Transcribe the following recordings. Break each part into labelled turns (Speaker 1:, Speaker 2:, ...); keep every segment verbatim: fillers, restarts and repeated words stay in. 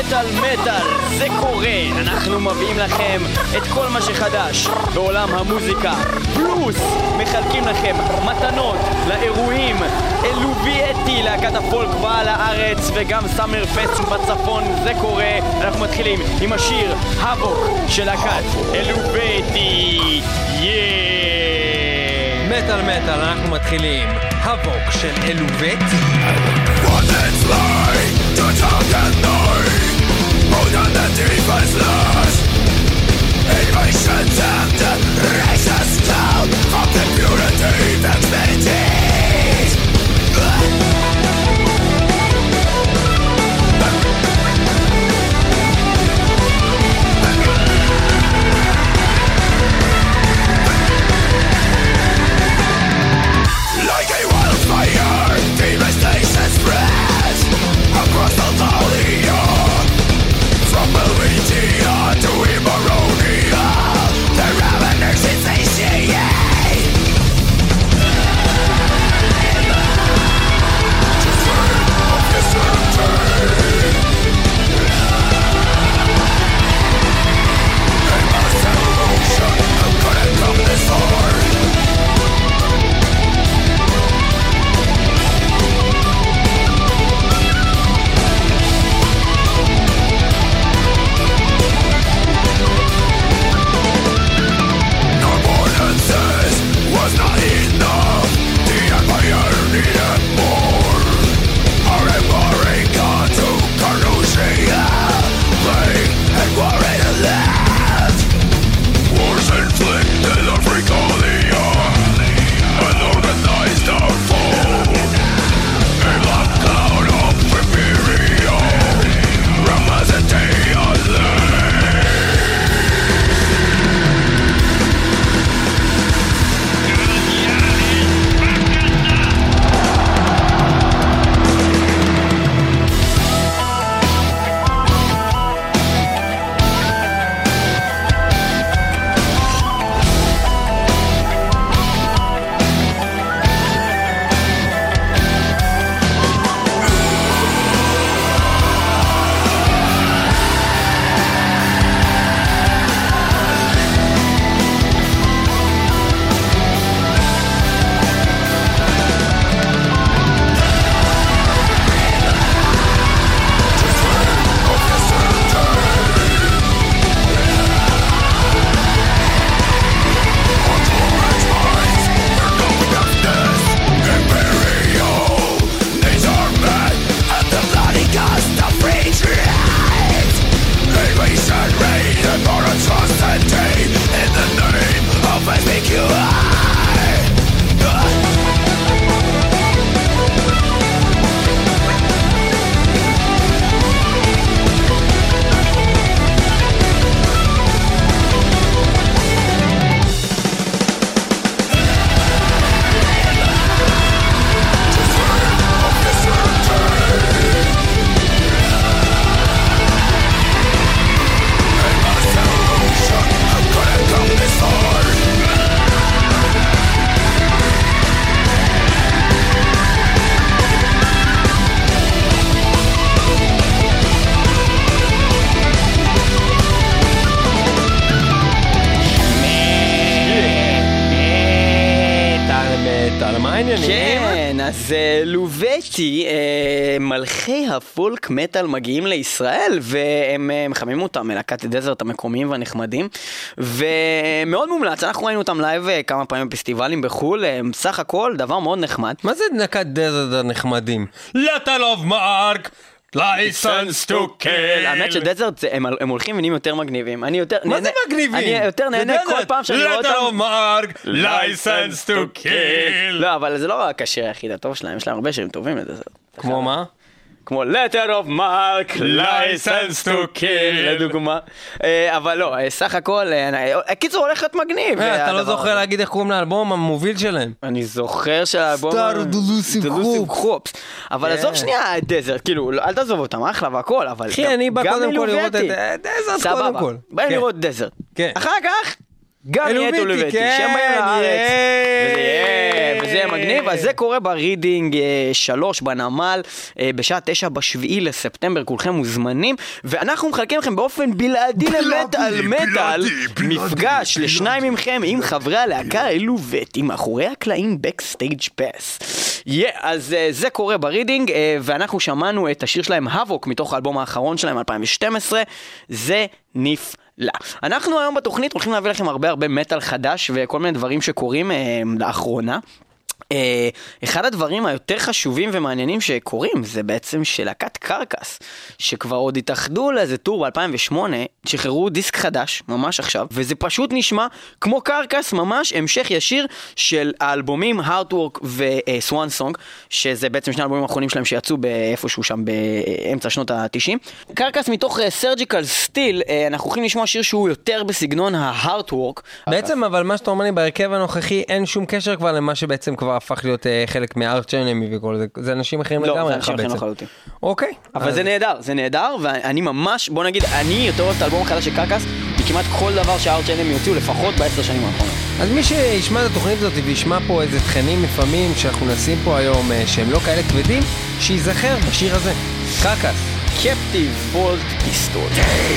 Speaker 1: מטל מטל, זה קורה. אנחנו מביאים לכם את כל מה שחדש בעולם המוזיקה, פלוס מחלקים לכם מתנות לאירועים. אלובייטי, להקת הפולק באה לארץ, וגם סאמר פסט בצפון, זה קורה. אנחנו מתחילים עם השיר הבוק של להקת אלובייטי. יאה
Speaker 2: מטל מטל, אנחנו מתחילים הבוק של אלובייטי.
Speaker 3: What it's like to talk at night, hold on the defenseless invasions and the racist cloud of the purity that's meditate. Like a wildfire, devastation spreads across the Thalia, from Meridia to Iberonia. The ravenous insatiate. Just dream of yesterday. A mass evolution couldn't come this far. Was not enough. The empire needed more. Our empowering God to Carnosia, plague and war in the land. Wars inflicted on Frigolia, and organized our foe. A black cloud of Imperia, Ramazete Allah.
Speaker 1: כן, אז אלובייטי, מלכי הפולק מטל מגיעים לישראל, והם מחממים אותם מלהקת דזרט המקומיים והנחמדים, ומאוד מומלץ. אנחנו ראינו אותם לייב כמה פעמים בפסטיבלים בחול, סך הכל דבר מאוד נחמד.
Speaker 2: מה זה להקת דזרט הנחמדים? Letter of Mark! License to kill.
Speaker 1: האמת שדזרט הם הולכים ונהיים יותר מגניבים. אני יותר
Speaker 2: מה זה מגניבים?
Speaker 1: אני יותר נהנה כל פעם שאני רואה אותם.
Speaker 2: Letter of Mark, License to kill.
Speaker 1: לא, אבל זה לא רק השיר היחיד הטוב שלהם, יש להם הרבה שירים טובים לדזרט.
Speaker 2: כמו מה?
Speaker 1: כמו Letter of Mark, License to kill, לדוגמה. אבל לא, סך הכל, הקיצור הולך להיות מגניב.
Speaker 2: אתה לא זוכר להגיד איך קוראים לאלבום המוביל שלהם?
Speaker 1: אני זוכר שהאלבום...
Speaker 2: Star Delusive
Speaker 1: Crops. אבל עזוב שנייה דזרט, כאילו, אל תעזוב אותם, אחלה והכל, אבל...
Speaker 2: אחי, אני בא קודם כל לראות את דזרט קודם כל.
Speaker 1: באים לראות דזרט. אחר כך... גם נהיית אלובייטי, שהם באים לארץ, וזה יהיה מגניב. מגניב, אז זה קורה ברידינג שלוש בנמל, בשעה תשע בשביעי לספטמבר, כולכם מוזמנים, ואנחנו מחלקים לכם באופן בלעדי למטל מטל, מפגש לשניים ממכם עם חברי הלהקה אלובט, עם מאחורי הקלעים בקסטייג' פאס. אז זה קורה ברידינג, ואנחנו שמענו את השיר שלהם הבוק, מתוך האלבום האחרון שלהם, אלפיים ושתים עשרה, זה נפלא. לא. אנחנו היום בתוכנית הולכים להביא לכם הרבה הרבה מטל חדש וכל מיני דברים שקורים אה, לאחרונה. אה, אחד הדברים היותר חשובים ומעניינים שקורים זה בעצם שלהקת קרקס, שכבר עוד התאחדו לאיזה טור ב-אלפיים ושמונה, שחררו דיסק חדש ממש עכשיו, וזה פשוט נשמע כמו קרקס, ממש המשך ישיר של האלבומים Heartwork ו-Swan Song, שזה בעצם שני האלבומים האחרונים שלהם שיצאו באיפשהו שם באמצע שנות ה-תשעים. קרקס מתוך Surgical Steel, אנחנו הולכים לשמוע שיר שהוא יותר בסגנון ה-Heartwork.
Speaker 2: בעצם, אבל מה שאתה אומר לי בהרכב הנוכחי, אין שום קשר כבר למה שבעצם כבר הפך להיות חלק מה-Arch Enemy וכל זה. זה אנשים אחרים לגמרי.
Speaker 1: לא, זה אנשים אחרים לחלוטין.
Speaker 2: אוקיי.
Speaker 1: אבל זה נהדר, זה נהדר, ואני ממש, בוא נגיד, אני יותר אוהב את האלבום החדש של קרקס, מכמעט כל דבר שה-Arch Enemy יוציאו, לפחות בעשר שנים האחרונות.
Speaker 2: אז מי שישמע את התוכנית הזאת וישמע פה איזה תכנים לפעמים שאנחנו נשים פה היום שהם לא כאלה כבדים, שיזכר בשיר הזה. קרקס.
Speaker 1: Captive Bolt Pistol.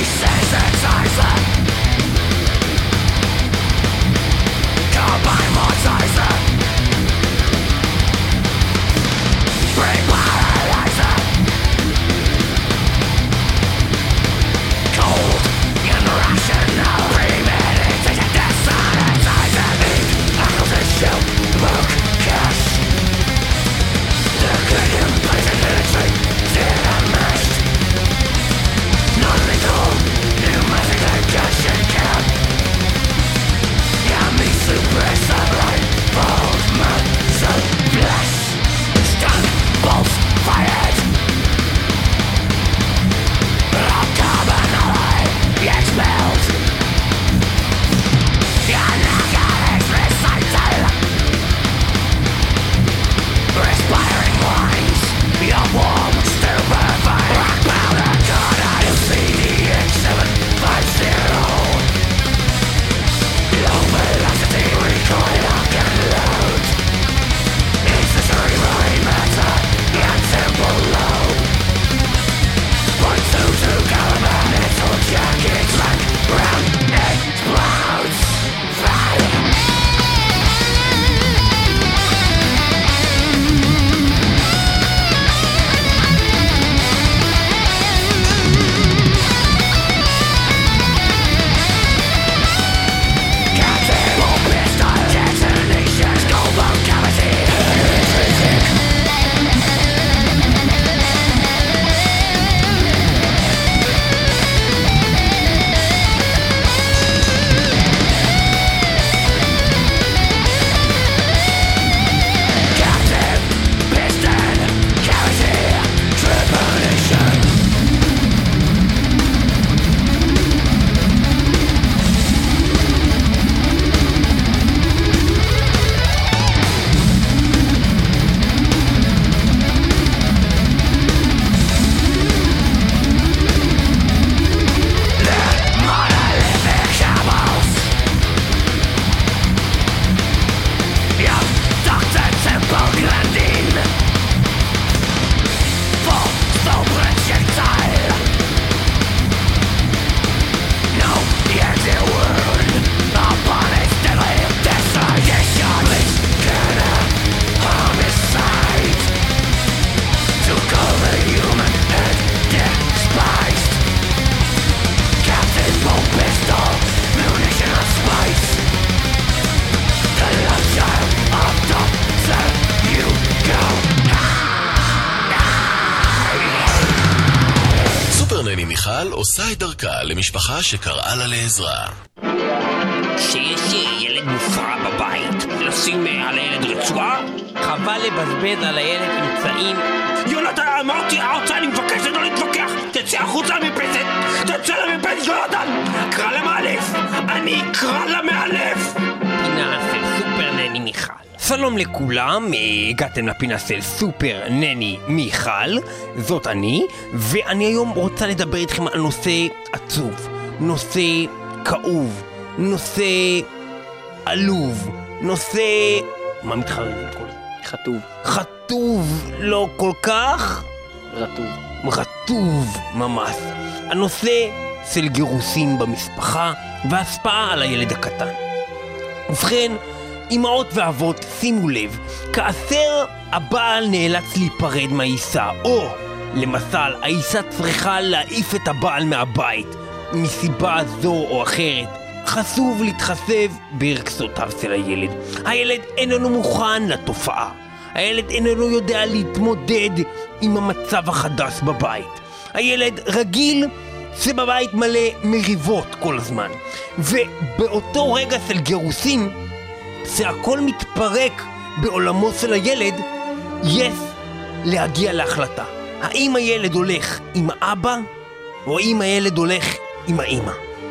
Speaker 4: עושה את דרכה למשפחה שקראה לה לעזרה.
Speaker 5: שיש ילד מופרע בבית, לשים על הילד רצועה?
Speaker 6: חבל לבזבז על הילד אמצעים.
Speaker 5: יונתן, אמרתי, ארצה, אני מבקש לא להתווכח. תצא החוצה מפסת, תצא למפסת, יונתן. אקרא למאלף, אני אקרא למאלף.
Speaker 6: פינה של סופר נני מיכל.
Speaker 2: שלום לכולם, הגעתם לפינה של סופר נני מיכל, זאת אני, ואני היום רוצה לדבר איתכם על נושא עצוב, נושא כאוב, נושא עלוב, נושא... מה מתחרז את כל זה?
Speaker 1: חטוב.
Speaker 2: חטוב לא כל כך?
Speaker 1: רטוב.
Speaker 2: רטוב ממש. הנושא של גירוסין במשפחה והשפעה על הילד הקטן. ובכן, אמהות ואבות, שימו לב, כאשר הבעל נאלץ להיפרד מהאישה, או למשל, האישה צריכה להעיף את הבעל מהבית מסיבה זו או אחרת, חשוב להתחשב ברגשותיו של הילד. הילד איננו מוכן לתופעה. הילד איננו יודע להתמודד עם המצב החדש בבית. הילד רגיל שבבית מלא מריבות כל הזמן. ובאותו רגע של גירוסין, שהכל מתפרק בעולמו של הילד, יש להגיע להחלטה. האם הילד הולך עם האבא, או האם הילד הולך עם האמא?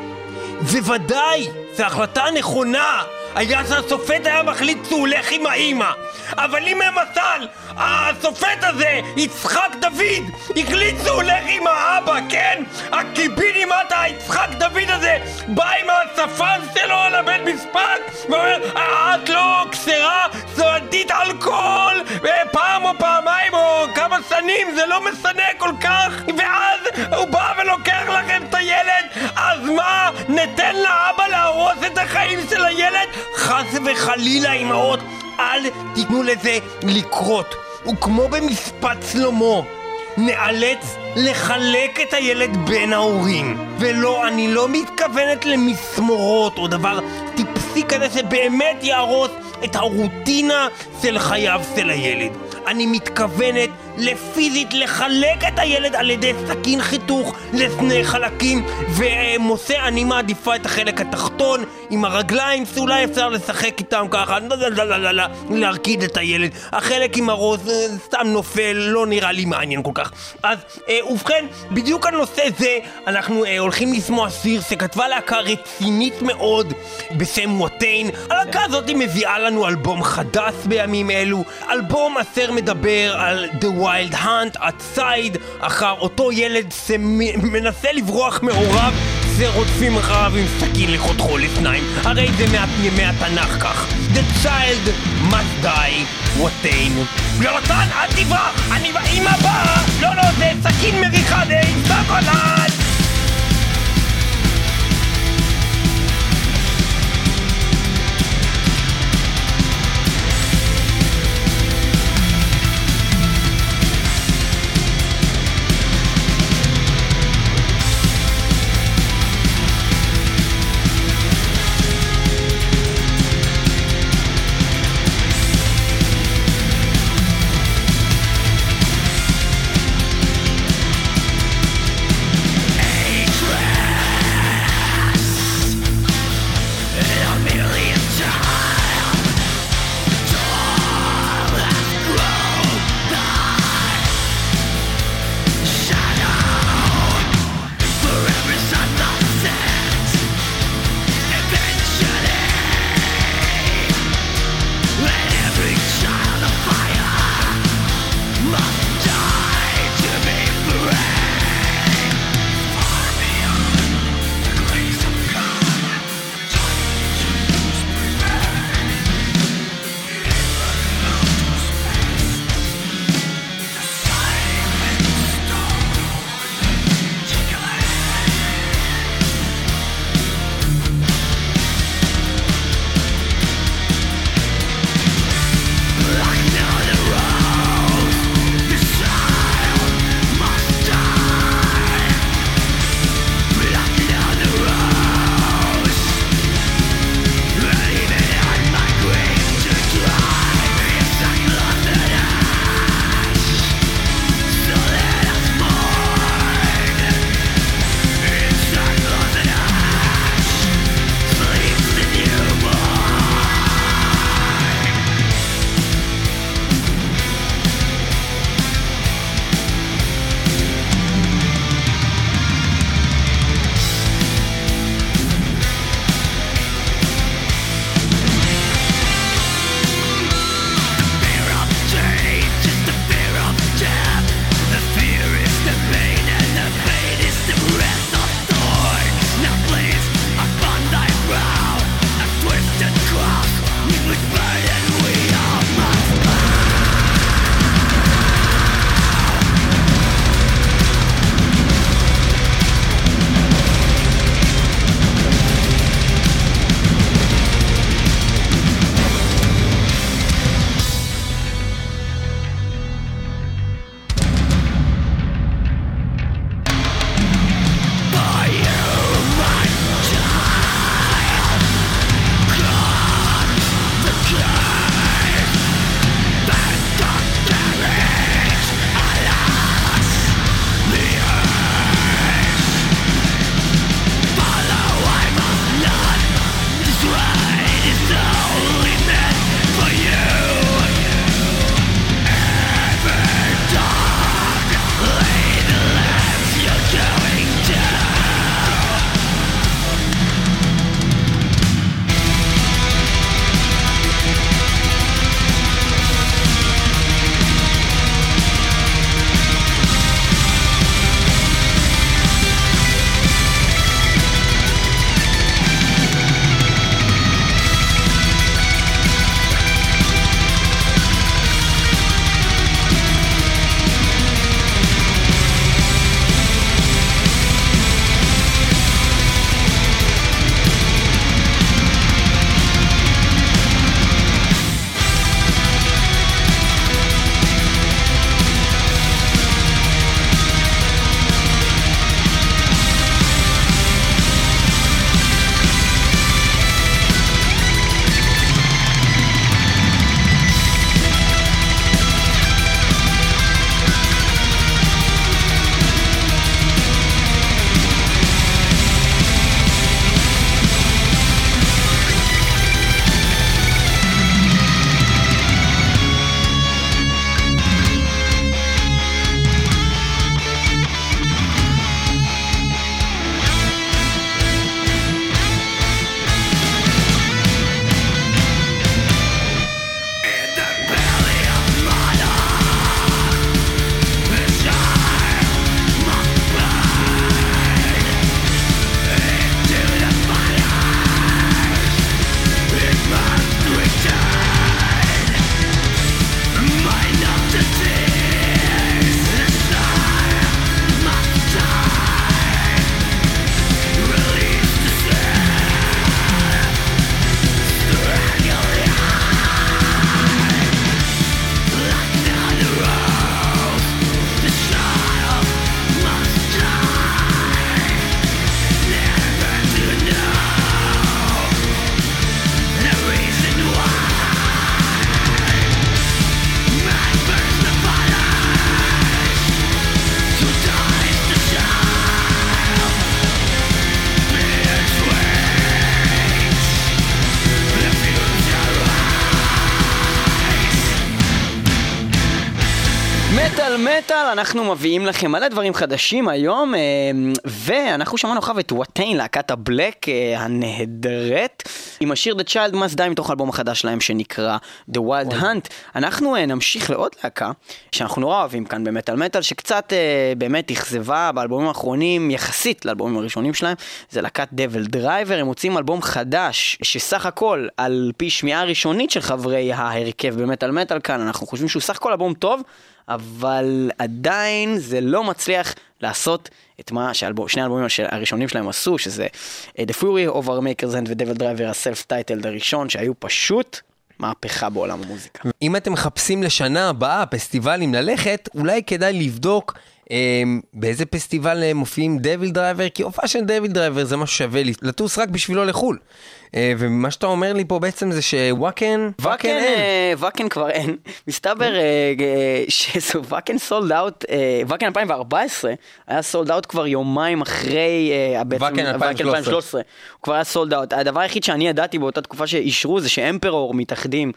Speaker 2: וודאי שההחלטה הנכונה היה שהשופט היה מחליט שהוא הולך עם האמא. אבל אם למשל השופט הזה, יצחק דוד, החליט שהוא הולך עם האבא, כן? הקיבינימט היצחק דוד הזה בא עם השפן שלו לבית משפט ואומר, את לא קסרה סועדית אלכוהול פעם או פעמיים או כמה שנים, זה לא משנה כל כך. ואז הוא בא ולוקח לכם את הילד. אז מה, ניתן לאבא להרוס את החיים של הילד? חס וחלילה, אמהות, אל תיתנו לזה לקרות. וכמו במשפט שלמה, נאלץ לחלק את הילד בין ההורים. ולא, אני לא מתכוונת למסמורות או דבר טיפסי כזה שבאמת יהרוס את הרוטינה של חייו של הילד. אני מתכוונת לפיזית לחלק את הילד על ידי סכין חיתוך לשני חלקים, ומוסע אני מעדיפה את החלק התחתון עם הרגליים, שאולי אפשר לשחק איתם ככה, להרקיד את הילד. החלק עם הראש סתם נופל, לא נראה לי מעניין כל כך. אז ובכן, בדיוק על נושא זה אנחנו הולכים לשמוע שיר שכתבה להקה רצינית מאוד בשם ווטיין. הלהקה הזאת מביאה לנו אלבום חדש בימים אלו, אלבום אשר מדבר על The Wild Hunt, הצייד אחר אותו ילד שמנסה לברוח מהוריו שרודפים אחריו עם סכין לחותכו לשניים. הרי זה מימי התנ"ך כך. The child must die, ווטיין. יונתן, אל תברח, אני באמא באה. לא, לא, זה סכין מריחה, זה יצטק עליי.
Speaker 1: מטל מטל, אנחנו מביאים לכם מלא דברים חדשים היום, ואנחנו שמענו אחר את וואטיין, להקת הבלק הנהדרת, עם השיר The Child Must Die מתוך האלבום החדש שלהם שנקרא The Wild Hunt. אנחנו נמשיך לעוד להקה שאנחנו נורא אוהבים כאן במטל מטל, שקצת באמת אכזבה באלבומים האחרונים יחסית לאלבומים הראשונים שלהם. זה להקת Devil Driver, הם מוצאים אלבום חדש שסך הכל על פי שמיעה ראשונית של חברי ההרכב במטל מטל כאן, אנחנו חושבים שהוא סך הכל אלבום טוב, אבל עדיין זה לא מצליח לעשות את מה ששני האלבומים הראשונים שלהם עשו, שזה The Fury of Our Makers and ו-Devil Driver ה-Self-Titled הראשון, שהיו פשוט מהפכה בעולם המוזיקה.
Speaker 2: אם אתם מחפשים לשנה הבאה פסטיבלים ללכת, אולי כדאי לבדוק באיזה פסטיבל מופיעים דביל דרייבר, כי הופעה של דביל דרייבר זה משהו שווה לטוס רק בשבילו לחול. ומה שאתה אומר לי פה בעצם זה שוואקן, וואקן אין.
Speaker 1: וואקן כבר אין. מסתבר שזו וואקן סולד אאוט, וואקן אלפיים וארבע עשרה היה סולד אאוט כבר יומיים אחרי
Speaker 2: וואקן אלפיים ושלוש עשרה.
Speaker 1: הוא כבר היה סולד אאוט. הדבר היחיד שאני ידעתי באותה תקופה שאישרו זה שאמפרור מתאחדים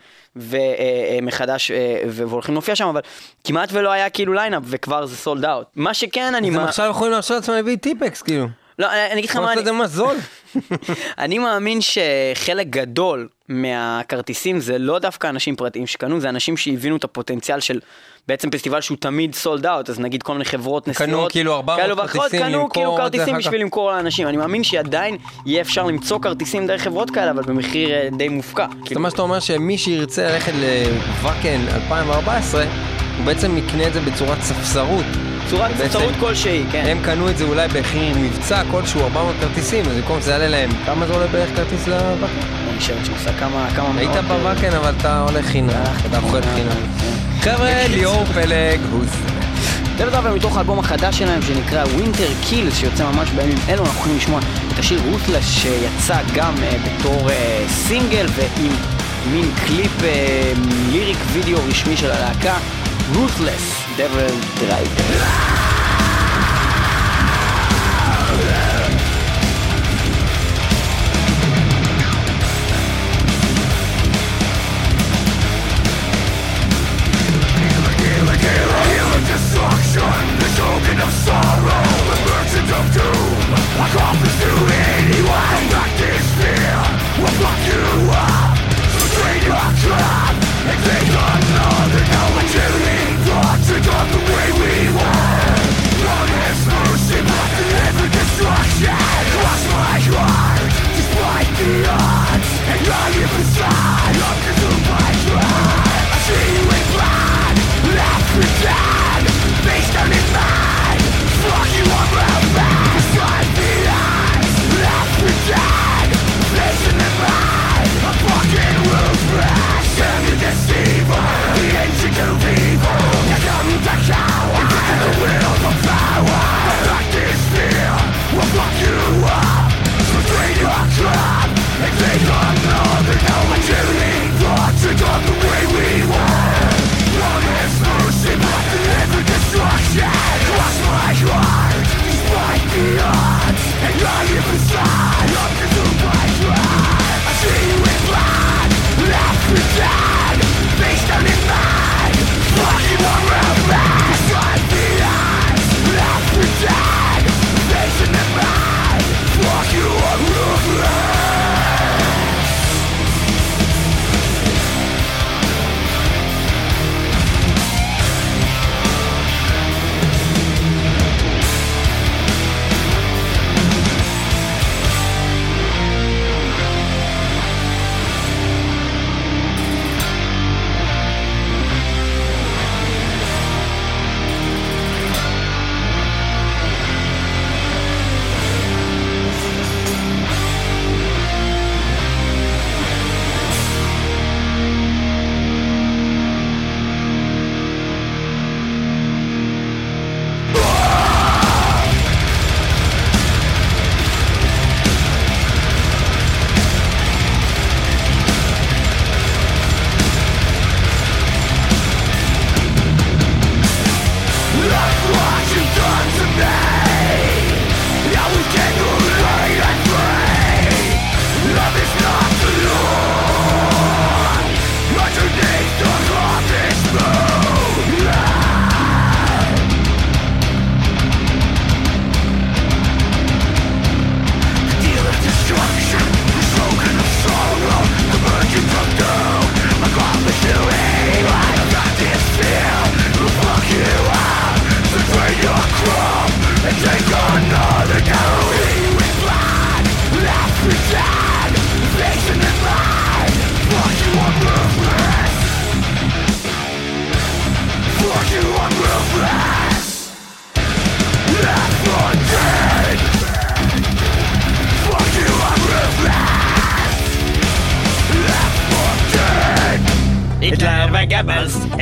Speaker 1: ומחדש והולכים להופיע שם, אבל כמעט ולא היה כאילו ליינאפ וכבר זה סולד אאוט. מה שכן אני...
Speaker 2: אז הם עכשיו יכולים להרשות לעצמם להביא טיפקס כאילו.
Speaker 1: לא, אני אגיד לך מה...
Speaker 2: זה מזול.
Speaker 1: אני מאמין שחלק גדול מהכרטיסים זה לא דווקא אנשים פרטיים שקנו, זה אנשים שהבינו את הפוטנציאל של בעצם פסטיבל שהוא תמיד סולד אאוט, אז נגיד כל מיני חברות נסיעות,
Speaker 2: קנו כאילו ארבע מאות כרטיסים,
Speaker 1: קנו כאילו כרטיסים בשביל למכור לאנשים. אני מאמין שעדיין יהיה אפשר למצוא כרטיסים דרך חברות כאלה, אבל במחיר די מופקע.
Speaker 2: זאת אומרת שאתה אומר שמי שירצה ללכת לוואקן אלפיים וארבע עשרה, הוא בעצם יקנה את זה בצורת ספסרות.
Speaker 1: צורת ספסרות כלשהי, כן.
Speaker 2: הם קנו את זה אולי במחיר מבצע כלשהו, ארבע מאות כרטיסים, אז במקום זה יעלה להם. כמה זה עולה בערך כרטיס לוואקן?
Speaker 1: אני חושבת שעושה כמה מאות.
Speaker 2: היית בוואקן, אבל אתה הולך חינם. אתה אוכל חינם. חבר'ה, ליאור פלג, הוס.
Speaker 1: דביל דרייבר מתוך האלבום החדש שלהם שנקרא Winter Kills, שיוצא ממש בימים אלו, אנחנו יכולים לשמוע את השיר Ruthless שיצא גם בתור סינגל ועם מין קליפ ליריק וידאו רשמי של הלהקה. Ruthless, Devil Driver.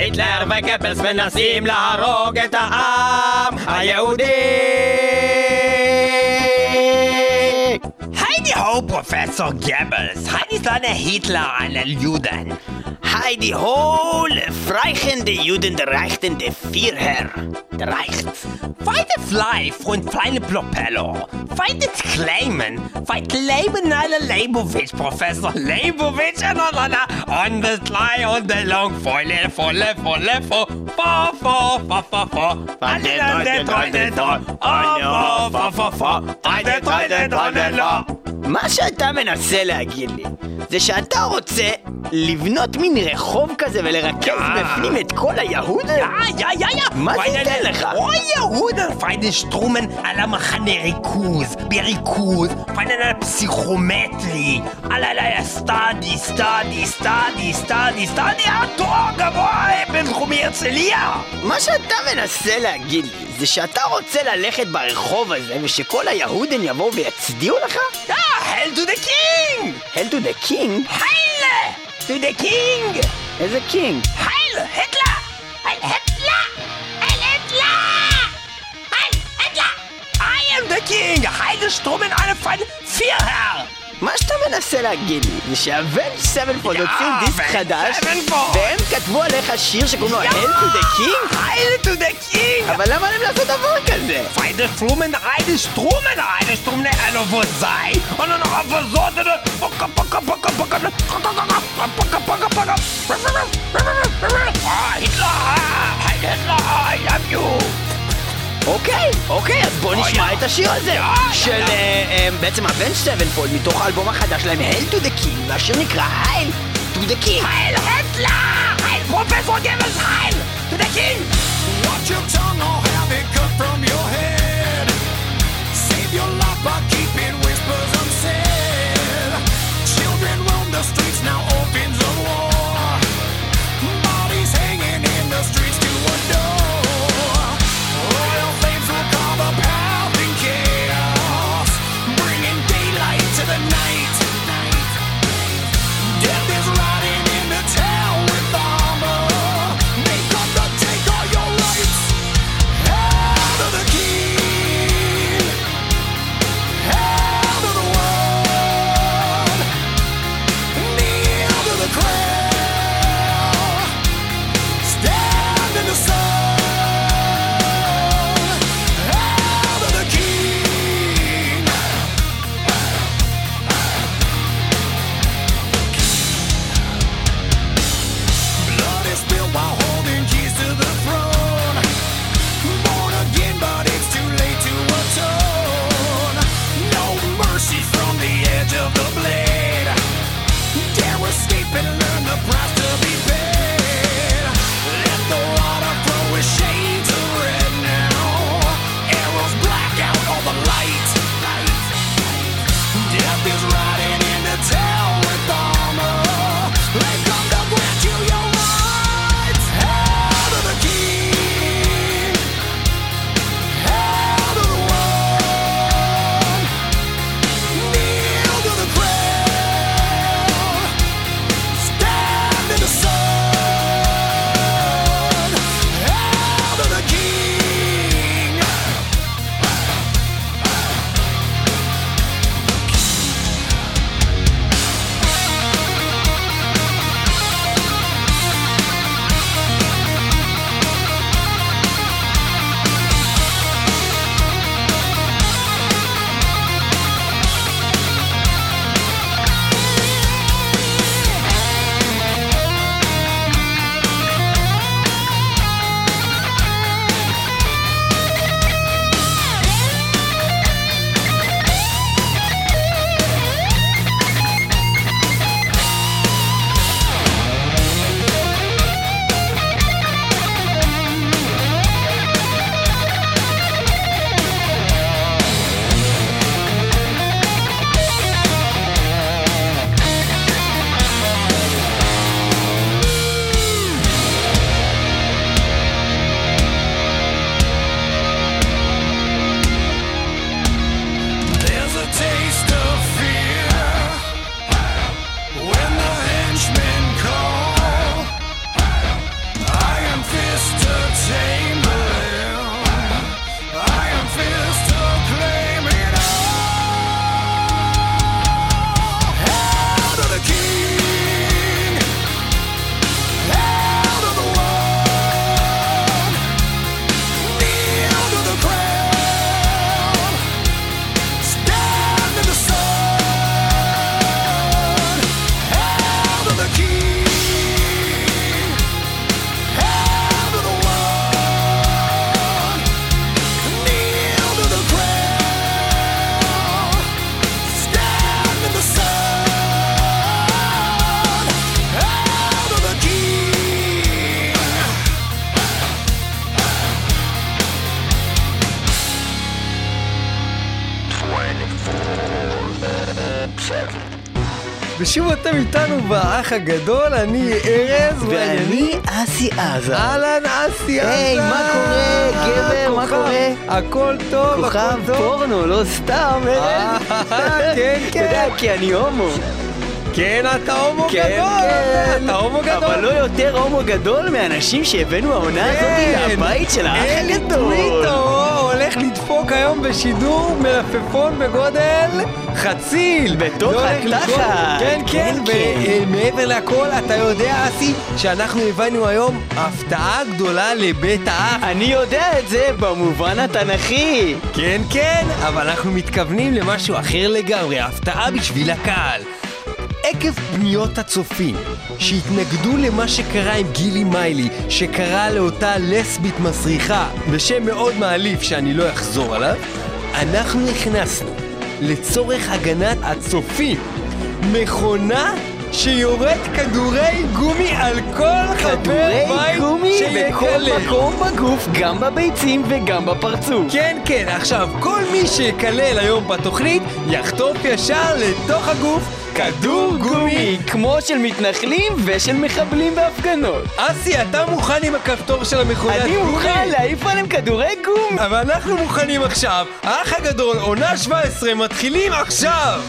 Speaker 1: היטלר וגבלס מנסים להרוג את העם היהודי.
Speaker 2: Heidi ho, Professor Goebbels. Heidi seine Hitler einen Juden.
Speaker 1: Heidi ho, freihende Juden der reichten der Führer. Der reicht.
Speaker 2: Feite Fly, Freund kleine Propeller. Feite Claimen. Feit Leben alle Leibowitsch, Professor Leibowitsch, und on the fly, on the long, volle, volle, volle, fo, fo, fo, fo, fo, fo. Alle an der Treue, oh, fo, fo, fo, an der Treue, Treue,
Speaker 1: מה שאתה מנסה להגיד לי זה שאתה רוצה לבנות מין רחוב כזה ולרכז בפנים את כל היהודים?
Speaker 2: Ja, ja, ja, ja.
Speaker 1: מה זה ייתן לך?
Speaker 2: Oh, Jehuden, feine Stromen על המחנה ריכוז, בריכוז, feine על הפסיכומטרי, על על סטאדי, סטאדי, סטאדי, סטאדי, סטאדי, התואר גבוה בינתחומי הרצליה.
Speaker 1: מה שאתה מנסה להגיד לי זה שאתה רוצה ללכת ברחוב הזה ושכל היהודים יבואו ויצדיעו לך?
Speaker 2: Ja, Hail to the King!
Speaker 1: Hail to the King?
Speaker 2: Hail to the King!
Speaker 1: איזה קינג?
Speaker 2: Heil Hitler! Heil Hitler! Heil Hitler! Heil Hitler! I am the King! Heil the Stromen alle feine Führer!
Speaker 1: מה שאתה מנסה להגיד לי זה שהוונג' סבנפולד הוציאו דיסק חדש והם כתבו עליך שיר שקוראים לו Hail to the King?
Speaker 2: Heil to the King!
Speaker 1: אבל למה להם לעשות דבר כזה?
Speaker 2: Feine Stromen, eine Stromen, eine Stromen, eine wo sei und dann noch auf der Sorte Pocka, Pocka, Pocka, Pocka, Pocka, Pocka, Pocka, Ah, Hitler! Heil Hitler! I love you!
Speaker 1: אוקיי, אוקיי, אז בוא נשמע את השיר הזה של בעצם הוונג' סבנפולד מתוך האלבום החדש שלהם Hail to the King והשיר נקרא Hail to the King.
Speaker 2: Heil Hitler! Heil Professor Goebbels! Heil to the King!
Speaker 3: Watch your tongue or have it cut from your head. Save your life by keeping whispers unsaid. Children roam the streets now, orphans of war. Bodies hanging in the streets to adore. Royal flames will carve a path in chaos, bringing daylight to the night. Death is riding into town with armor. They come to take all your rights. Hail to the King!
Speaker 2: ושוב אתם איתנו באח הגדול, אני ארז
Speaker 1: ואני אסי עזה.
Speaker 2: אהלן אסי עזה.
Speaker 1: היי, מה קורה, גבר, מה קורה?
Speaker 2: הכל טוב,
Speaker 1: כוכב
Speaker 2: הכל טוב.
Speaker 1: פורנו, לא סתם, ארז.
Speaker 2: כן,
Speaker 1: אתה יודע,
Speaker 2: כן.
Speaker 1: כי אני הומו.
Speaker 2: כן, אתה הומו
Speaker 1: כן,
Speaker 2: גדול.
Speaker 1: כן.
Speaker 2: אתה הומו גדול.
Speaker 1: אבל לא יותר הומו גדול מאנשים שהבאנו העונה הזאת לבית של האח
Speaker 2: אלי
Speaker 1: הגדול.
Speaker 2: טוויטו הולך לדפוק היום בשידור מלפפון בגודל חציל.
Speaker 1: בתוך
Speaker 2: זה הולך
Speaker 1: התחת.
Speaker 2: לקרות. כן, כן,
Speaker 1: כן, כן.
Speaker 2: ומעבר לכל, אתה יודע, אסי, שאנחנו הבאנו היום הפתעה גדולה לבית האח.
Speaker 1: אני יודע את זה במובן התנ"כי.
Speaker 2: כן, כן, אבל אנחנו מתכוונים למשהו אחר לגמרי, הפתעה בשביל הקהל. עקב פניות הצופים שהתנגדו למה שקרה עם גילי מיילי, שקרה לאותה לסבית מסריחה בשם מאוד מעליף שאני לא אחזור עליו, אנחנו הכנסנו לצורך הגנת הצופים מכונה שיורד כדורי גומי על כל חבר
Speaker 1: כדורי
Speaker 2: בית
Speaker 1: גומי בכל
Speaker 2: שיקלל.
Speaker 1: מקום בגוף, גם בביצים וגם בפרצוף.
Speaker 2: כן, כן, עכשיו כל מי שיקלל היום בתוכנית יחטוף ישר לתוך הגוף כדור גומי.
Speaker 1: כמו של מתנחלים ושל מחבלים בהפגנות.
Speaker 2: אסי, אתה מוכן עם הכפתור של המכונה?
Speaker 1: אני מוכן להעיף עליהם כדורי גומי.
Speaker 2: אבל אנחנו מוכנים עכשיו. האח הגדול, עונה שבע עשרה, מתחילים עכשיו.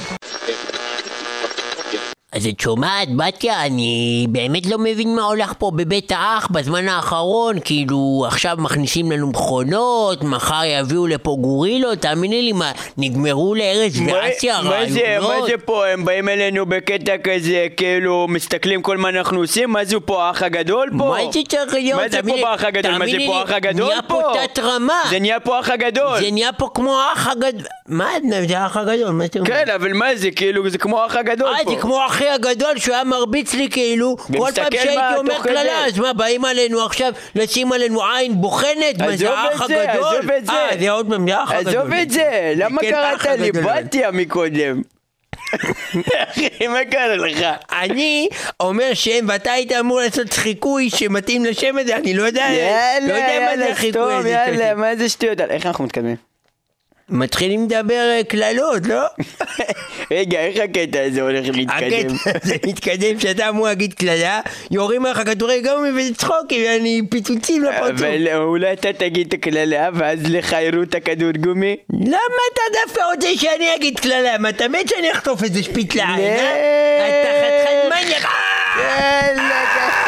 Speaker 6: אז את שומעת, בתיה, אני באמת לא מבין מה הולך פה בבית האח בזמן האחרון. כאילו, עכשיו מכניסים לנו מכונות, מחר יביאו לפה גורילות, תאמיני לי, מה, נגמרו לארז ואסי הרעיונות?
Speaker 1: מה זה, מה זה פה? הם באים אלינו בקטע כזה, כאילו, מסתכלים כל מה אנחנו עושים? מה זה פה, האח הגדול פה?
Speaker 6: מה זה צריך להיות?
Speaker 1: מה זה פה באח הגדול? מה זה פה האח הגדול
Speaker 6: נהיה
Speaker 1: פה?
Speaker 6: פה תת רמה.
Speaker 1: זה נהיה פה האח הגדול.
Speaker 6: זה נהיה פה כמו האח הגדול. מה זה האח הגדול? מה אתה אומר?
Speaker 1: כן, אבל מה זה? כאילו, זה כמו האח הגדול
Speaker 6: אה,
Speaker 1: פה.
Speaker 6: זה כמו אחי הגדול שהוא היה מרביץ לי כאילו כל פעם
Speaker 1: ומסתכל
Speaker 6: שהייתי
Speaker 1: מה
Speaker 6: אומר
Speaker 1: תוך
Speaker 6: כללה,
Speaker 1: כדי.
Speaker 6: אז מה, באים עלינו עכשיו לשים עלינו עין בוחנת? מה זה האח
Speaker 1: עזוב את זה,
Speaker 6: הגדול?
Speaker 1: עזוב את זה.
Speaker 6: אה, זה עוד פעם, זה האח הגדול.
Speaker 1: עזוב את זה, למה
Speaker 6: כן,
Speaker 1: קראת
Speaker 6: האח
Speaker 1: לי
Speaker 6: הגדול.
Speaker 1: בתיה מקודם? אחי, מה קרה לך?
Speaker 6: אני אומר שם, ואתה היית אמור לעשות חיקוי שמתאים לשם הזה, אני לא יודע, לא
Speaker 1: יאללה,
Speaker 6: יודע מה זה
Speaker 1: יאללה,
Speaker 6: החיקוי
Speaker 1: סתום,
Speaker 6: הזה.
Speaker 1: יאללה, מה זה שטויות? איך אנחנו מתקדמים?
Speaker 6: מתחילים לדבר אה, כללות, לא?
Speaker 1: רגע, איך הקטע הזה הולך להתקדם?
Speaker 6: הקטע הזה מתקדם שאתה אמור להגיד כללה, יורים לך כדורי גומי וזה צחוקים, ואני פיצוצים לפרצוף.
Speaker 1: אבל אולי אתה תגיד את הכללה ואז לך יראו את הכדור גומי?
Speaker 6: למה אתה דווקא רוצה שאני אגיד כללה? מה אתה מת שאני אחטוף איזה שפיץ לעין, אה? אתה חתיכת מניאק.
Speaker 1: יאללה,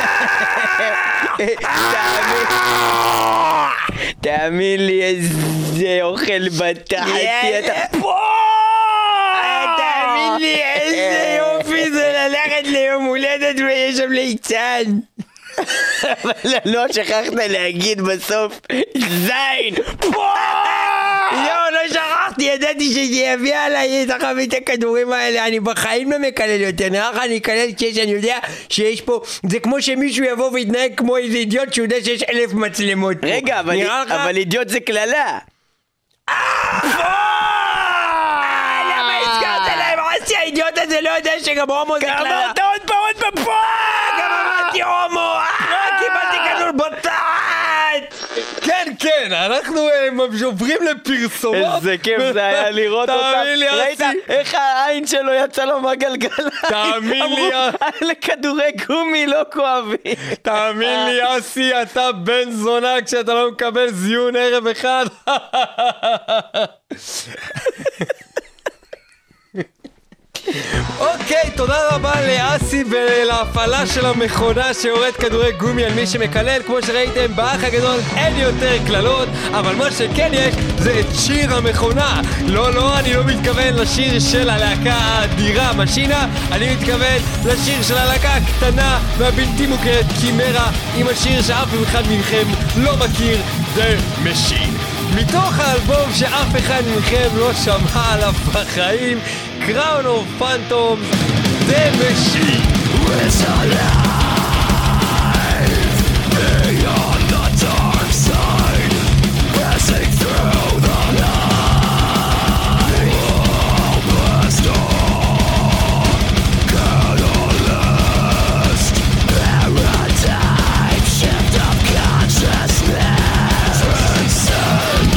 Speaker 1: תאמין לי איזה אוכל בתחת.
Speaker 6: תאמין לי איזה יופי זה ללכת ליום הולדת ויש שם ליצן.
Speaker 1: אבל לא שכחת להגיד בסוף זין.
Speaker 6: לא, לא שכחתי, ידעתי שזה יביא עליי את החבית הכדורים האלה, אני בחיים לא מקלל יותר, נראה לך אני אקלל כשיש, אני יודע שיש פה, זה כמו שמישהו יבוא ויתנהג כמו איזה אידיוט שהוא יודע שיש אלף מצלמות פה.
Speaker 1: רגע, אבל אבל אידיוט זה כללה.
Speaker 6: למה הזכרת להם? עשי האידיוט הזה לא יודע שגם הומו זה כללה.
Speaker 1: אמרת עוד פעם, עוד פעם פה!
Speaker 6: גם אמרתי הומו, קיבלתי כדור בתחת.
Speaker 2: כן, כן, אנחנו עוברים לפרסומות.
Speaker 1: איזה כיף זה היה לראות אותם.
Speaker 2: תאמין לי,
Speaker 1: ראית
Speaker 2: אסי.
Speaker 1: איך העין שלו יצא לו מהגלגליים?
Speaker 2: תאמין לי,
Speaker 1: אמרו, לכדורי גומי לא כואבים.
Speaker 2: תאמין לי, אסי, אתה בן זונה כשאתה לא מקבל זיון ערב אחד. אוקיי, תודה רבה לאסי ולהפעלה של המכונה שיורד כדורי גומי על מי שמקלל. כמו שראיתם, באח הגדול אין יותר כללות, אבל מה שכן יש זה את שיר המכונה. לא, לא, אני לא מתכוון לשיר של הלהקה האדירה משינה, אני מתכוון לשיר של הלהקה הקטנה והבלתי מוכרת קימרה, עם השיר שאף אחד מכם לא מכיר, זה משין. מתוך האלבום שאף אחד מכם לא שמע עליו בחיים, Crown of Phantoms, The Machine.
Speaker 3: It's alive beyond the dark side, passing through the night. Oh, blast on, catalyst, paradigm shift of consciousness. Transcend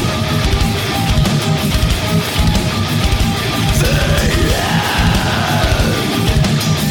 Speaker 3: the end.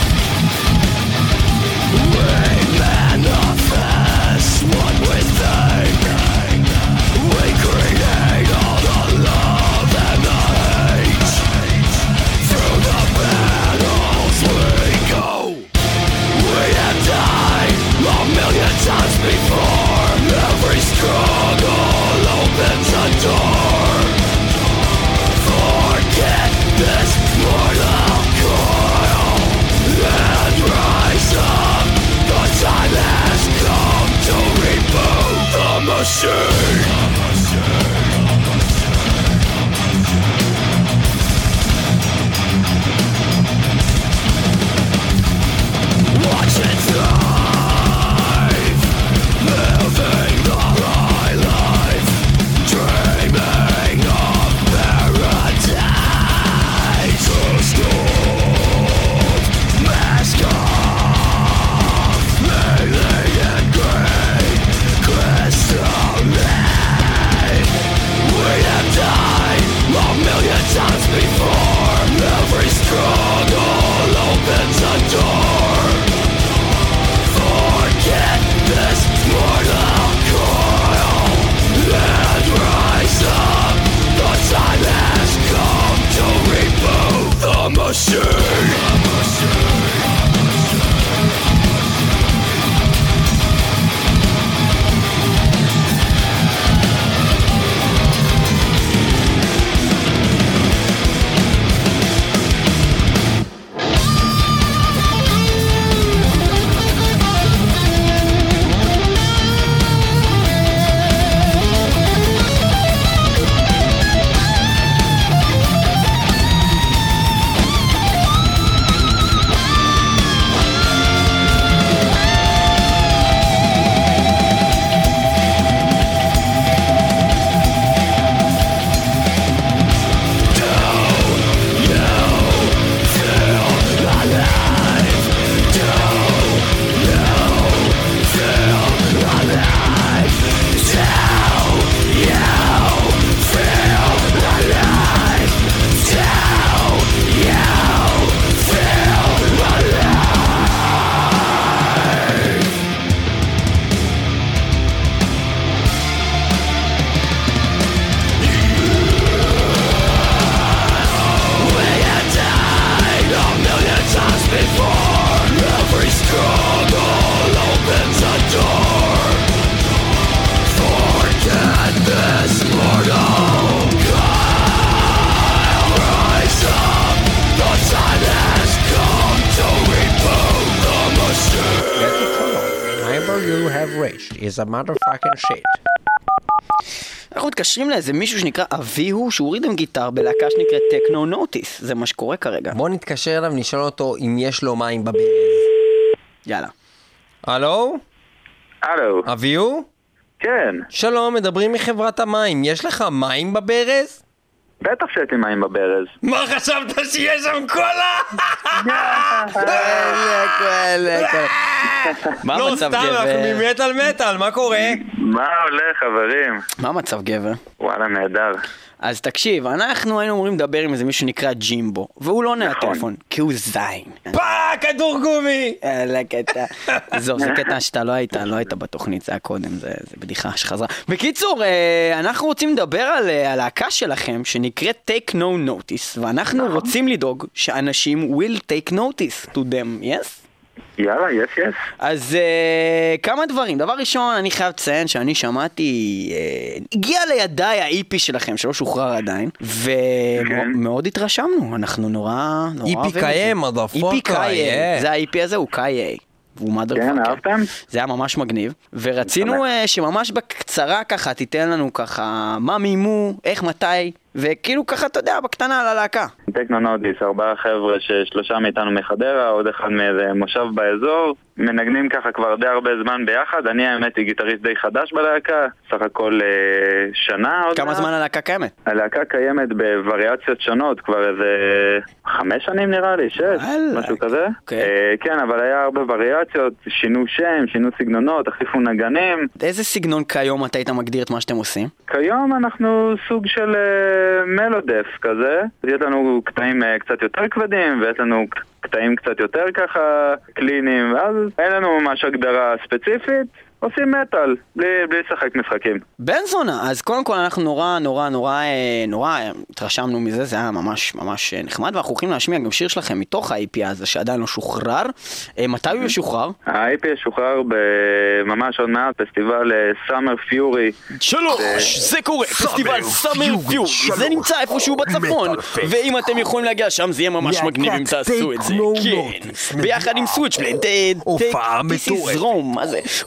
Speaker 3: machine. Watch it thrive, living the high life, dreaming of paradise. Stop, mask off, melee and grey, crystal light. We have died a million times before. Every struggle opens a door. Forget this mortal coil and rise up. The time has come to reboot the machine.
Speaker 6: is a motherfucking shit.
Speaker 1: אנחנו מתקשרים לאיזה מישהו שנקרא אביהו, שהוא הוריד עם גיטר בלהקה שנקראת טכנו נוטיס. זה מה שקורה כרגע.
Speaker 6: בוא נתקשר אליו, נשאל אותו אם יש לו מים בברז.
Speaker 1: יאללה.
Speaker 6: הלו?
Speaker 7: הלו.
Speaker 6: אביהו?
Speaker 7: כן.
Speaker 6: שלום, מדברים מחברת המים. יש לך מים בברז?
Speaker 7: בטח שיש לי מים בברז.
Speaker 6: מה חשבת שיש שם קולה?
Speaker 1: מה
Speaker 6: לא
Speaker 1: המצב
Speaker 6: סתם, אנחנו
Speaker 1: גבר?
Speaker 6: ממטל מטל, מה קורה?
Speaker 7: מה הולך חברים?
Speaker 1: מה המצב גבר?
Speaker 7: וואלה נהדר.
Speaker 1: אז תקשיב, אנחנו היינו אמורים לדבר עם איזה מישהו שנקרא ג'ימבו, והוא לא נהיה טלפון, כי הוא זין.
Speaker 6: פאה, כדור גומי!
Speaker 1: יאללה, קטע. זהו, זה קטע שאתה לא היית, לא היית בתוכנית, זה היה קודם, זה בדיחה שחזרה. בקיצור, אנחנו רוצים לדבר על הלהקה שלכם, שנקראת Take No Notice, ואנחנו רוצים לדאוג שאנשים will take notice to them, yes?
Speaker 7: יאללה, יש, יש.
Speaker 1: אז uh, כמה דברים. דבר ראשון, אני חייב לציין שאני שמעתי, uh, הגיע לידיי ה-אי פי שלכם, שלא שוחרר עדיין, ומאוד התרשמנו. אנחנו נורא, נורא
Speaker 6: אי פי קיים, מודפוקה.
Speaker 1: אי פי קיים. זה ה-אי פי הזה, הוא קיים. והוא מדר
Speaker 7: כן, אהבתם?
Speaker 1: זה היה ממש מגניב. ורצינו uh, שממש בקצרה ככה, תיתן לנו ככה, מה מימו, איך, מתי, וכאילו ככה, אתה יודע, בקטנה על הלהקה.
Speaker 7: טכנו נוטיס, ארבעה חבר'ה ששלושה מאיתנו מחדרה, עוד אחד מאיזה מושב באזור. מנגנים ככה כבר די הרבה זמן ביחד. אני האמת היא גיטריסט די חדש בלהקה, סך הכל אה, שנה.
Speaker 1: כמה זמן הלהקה קיימת?
Speaker 7: הלהקה קיימת בווריאציות שונות, כבר איזה חמש שנים נראה לי, שש, משהו כזה.
Speaker 1: Okay.
Speaker 7: אה, כן, אבל היה הרבה וריאציות, שינו שם, שינו סגנונות, החליפו נגנים.
Speaker 1: איזה סגנון כיום אתה היית מגדיר את מה שאתם עושים?
Speaker 7: כיום אנחנו סוג של אה, מלודף כזה. יש לנו קטעים אה, קצת יותר כבדים, ויש לנו קטעים קצת יותר ככה קליניים, ואז אין לנו ממש הגדרה ספציפית, עושים מטל, בלי, בלי לשחק משחקים.
Speaker 1: בן זונה, אז קודם כל אנחנו נורא נורא נורא נורא התרשמנו מזה, זה היה ממש ממש נחמד, ואנחנו הולכים להשמיע גם שיר שלכם מתוך ה-אי פי הזה שעדיין לא שוחרר. מתי הוא ישוחרר?
Speaker 7: ה-אי פי ישוחרר ממש עוד מעט, פסטיבל סאמר פיורי.
Speaker 1: שלוש, זה קורה, פסטיבל סאמר פיורי, זה נמצא איפשהו בצפון, ואם אתם יכולים להגיע שם זה יהיה ממש מגניב אם תעשו את זה, כן, ביחד עם סוויץ' בלייד,
Speaker 6: הופעה מטורפת.
Speaker 1: מה זה? שיבר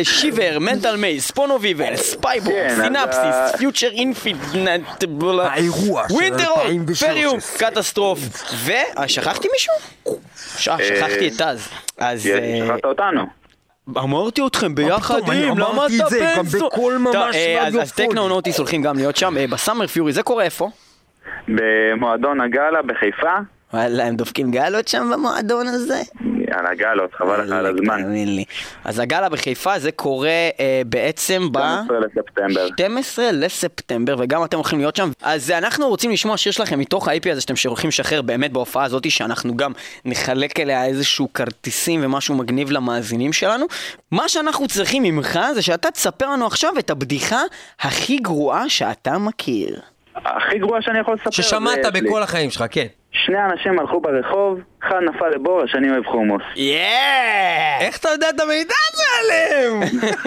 Speaker 1: סליפר, מנטל מייז, ספונו ויבל, ספייבור,
Speaker 7: כן,
Speaker 1: סינפסיס,
Speaker 7: אז-
Speaker 1: פיוטר אינפיניט,
Speaker 6: האירוע של
Speaker 1: ווינטרול,
Speaker 6: אלפיים ושלוש עשרה.
Speaker 1: פריום, קטסטרוף, ושכחתי מישהו? ש- שכחתי את טז. אז... אה,
Speaker 7: שכחת אותנו.
Speaker 1: אמרתי אתכם ביחד
Speaker 6: פתאום, אני
Speaker 1: עם, למה
Speaker 6: אמרתי
Speaker 1: אתה
Speaker 6: את זה, גם
Speaker 1: בנזו?
Speaker 6: בקול ממש
Speaker 1: טוב, אה, אז- אז
Speaker 6: רדיופוני.
Speaker 1: טכנו נוטיס הולכים גם להיות שם, אה, בסאמר פיורי, זה קורה איפה?
Speaker 7: במועדון הגאלה בחיפה.
Speaker 1: וואלה, הם דופקים גלות שם במועדון הזה?
Speaker 7: יאללה, גאלות, חבל לך על הזמן.
Speaker 1: תאמין לי. אז הגאלה בחיפה זה קורה אה, בעצם ב...
Speaker 7: שנים עשר לספטמבר.
Speaker 1: שנים עשר לספטמבר, וגם אתם הולכים להיות שם. אז אנחנו רוצים לשמוע שיר שלכם מתוך ה-איי פי הזה שאתם הולכים לשחרר באמת בהופעה הזאת, שאנחנו גם נחלק אליה איזשהו כרטיסים ומשהו מגניב למאזינים שלנו. מה שאנחנו צריכים ממך זה שאתה תספר לנו עכשיו את הבדיחה הכי גרועה שאתה מכיר.
Speaker 7: הכי גרוע שאני יכול לספר.
Speaker 6: ששמעת
Speaker 7: זה יש לי.
Speaker 6: בכל החיים שלך, כן.
Speaker 7: שני אנשים הלכו ברחוב, אחד נפל לבור, השני אוהב חומוס.
Speaker 1: יאה!
Speaker 6: איך אתה יודע את המידע הזה עליהם?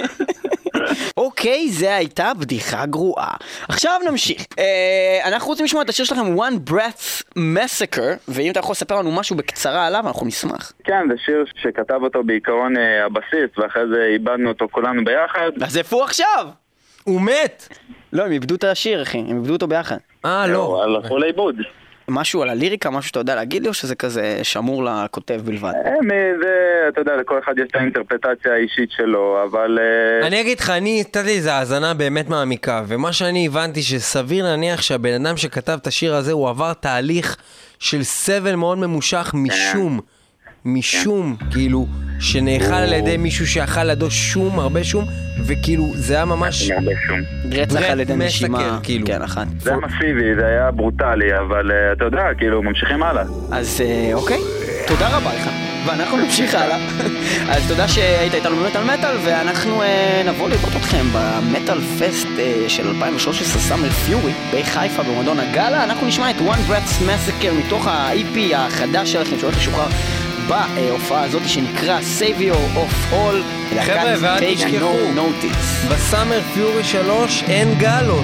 Speaker 1: אוקיי, זה הייתה בדיחה גרועה. עכשיו נמשיך. אה, אנחנו רוצים לשמוע את השיר שלכם One Breath Massacre, ואם אתה יכול לספר לנו משהו בקצרה עליו, אנחנו נשמח.
Speaker 7: כן, זה שיר שכתב אותו בעיקרון אה, הבסיס, ואחרי זה איבדנו אותו כולנו ביחד.
Speaker 1: אז איפה הוא עכשיו?
Speaker 6: הוא מת!
Speaker 1: לא, הם איבדו את השיר, אחי, הם איבדו אותו ביחד.
Speaker 6: אה, לא.
Speaker 7: הלכו לאיבוד.
Speaker 1: משהו על הליריקה, משהו שאתה יודע להגיד לי, או שזה כזה שמור לכותב בלבד?
Speaker 7: אה, זה, אתה יודע, לכל אחד יש את האינטרפטציה האישית שלו, אבל... אה,
Speaker 6: אני אגיד לך, אני נתתי איזו האזנה באמת מעמיקה, ומה שאני הבנתי שסביר להניח שהבן אדם שכתב את השיר הזה, הוא עבר תהליך של סבל מאוד ממושך משום, משום, כאילו, שנאכל על ידי מישהו שאכל לידו שום, הרבה שום, וכאילו, זה היה ממש...
Speaker 7: הרבה שום.
Speaker 1: רצח על ידי
Speaker 6: מסקר,
Speaker 1: נשימה.
Speaker 6: כאילו.
Speaker 1: כן, אחת.
Speaker 7: זה היה מסיבי, זה היה ברוטלי, אבל אה, אתה יודע, כאילו, ממשיכים הלאה.
Speaker 1: אז אה, אוקיי, תודה רבה לך. ואנחנו נמשיך הלאה. אז תודה שהיית איתנו במטל מטל, ואנחנו אה, נבוא לראות אתכם במטל פסט אה, של אלפיים ושלוש עשרה סאמר פיורי בחיפה במועדון הגאלה. אנחנו נשמע את One Breath Massacre מתוך ה-איי פי החדש שלכם שהולך לשוחרר בהופעה הזאת שנקרא Savior of All.
Speaker 6: חבר'ה, ואל
Speaker 1: Take
Speaker 6: תשכחו,
Speaker 1: no notice.
Speaker 6: בסאמר פיורי שלוש אין גלות.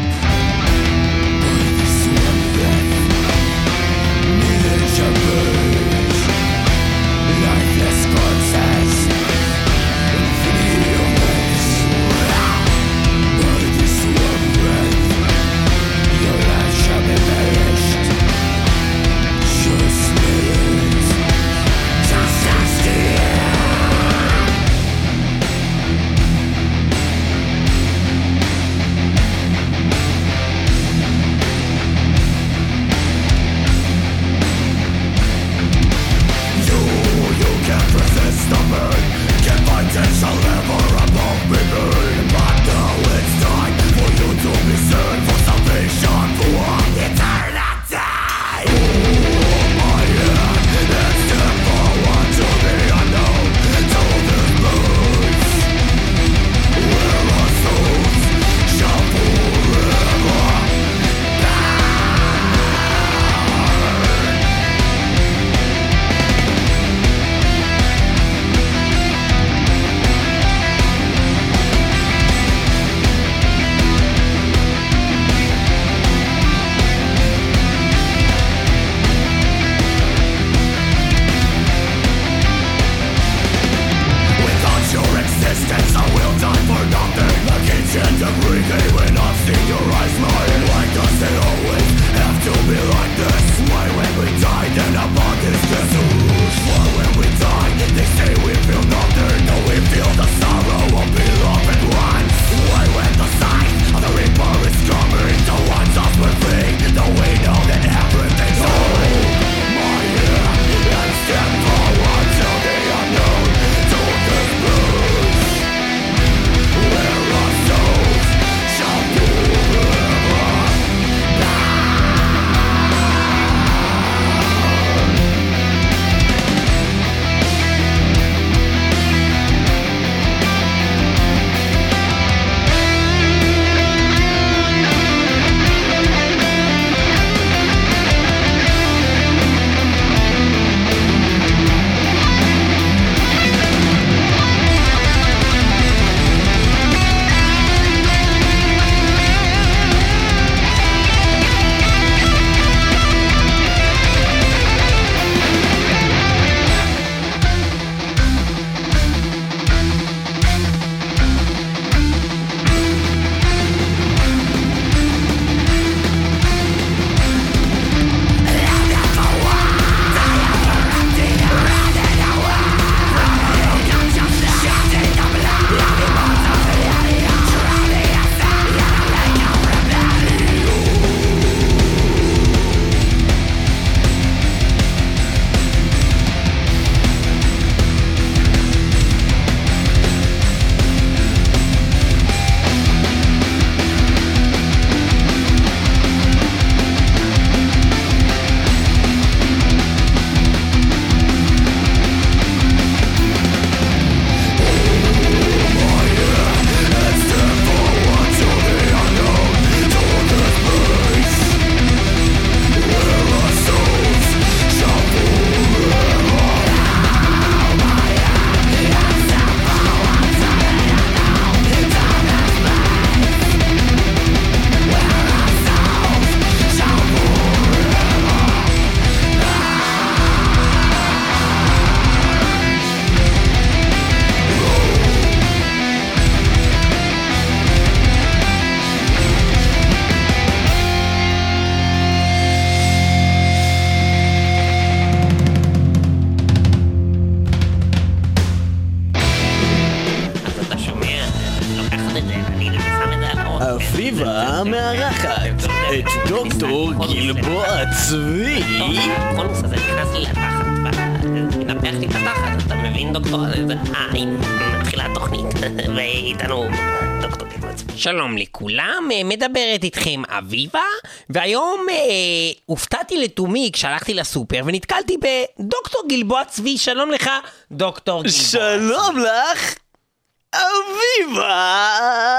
Speaker 1: אביבה מארחת את דוקטור גלבוע צבי.
Speaker 8: כל נושא זה נכנס לי לתחת, מנפח לי את התחת, אתה מבין דוקטור? אה, הנה, מתחילה התוכנית, ואיתנו דוקטור גלבוע צבי.
Speaker 2: שלום לכולם, מדברת איתכם אביבה, והיום אה, הופתעתי לתומי כשהלכתי לסופר ונתקלתי בדוקטור גלבוע צבי. שלום לך, דוקטור גלבוע.
Speaker 1: שלום לך, אביבה.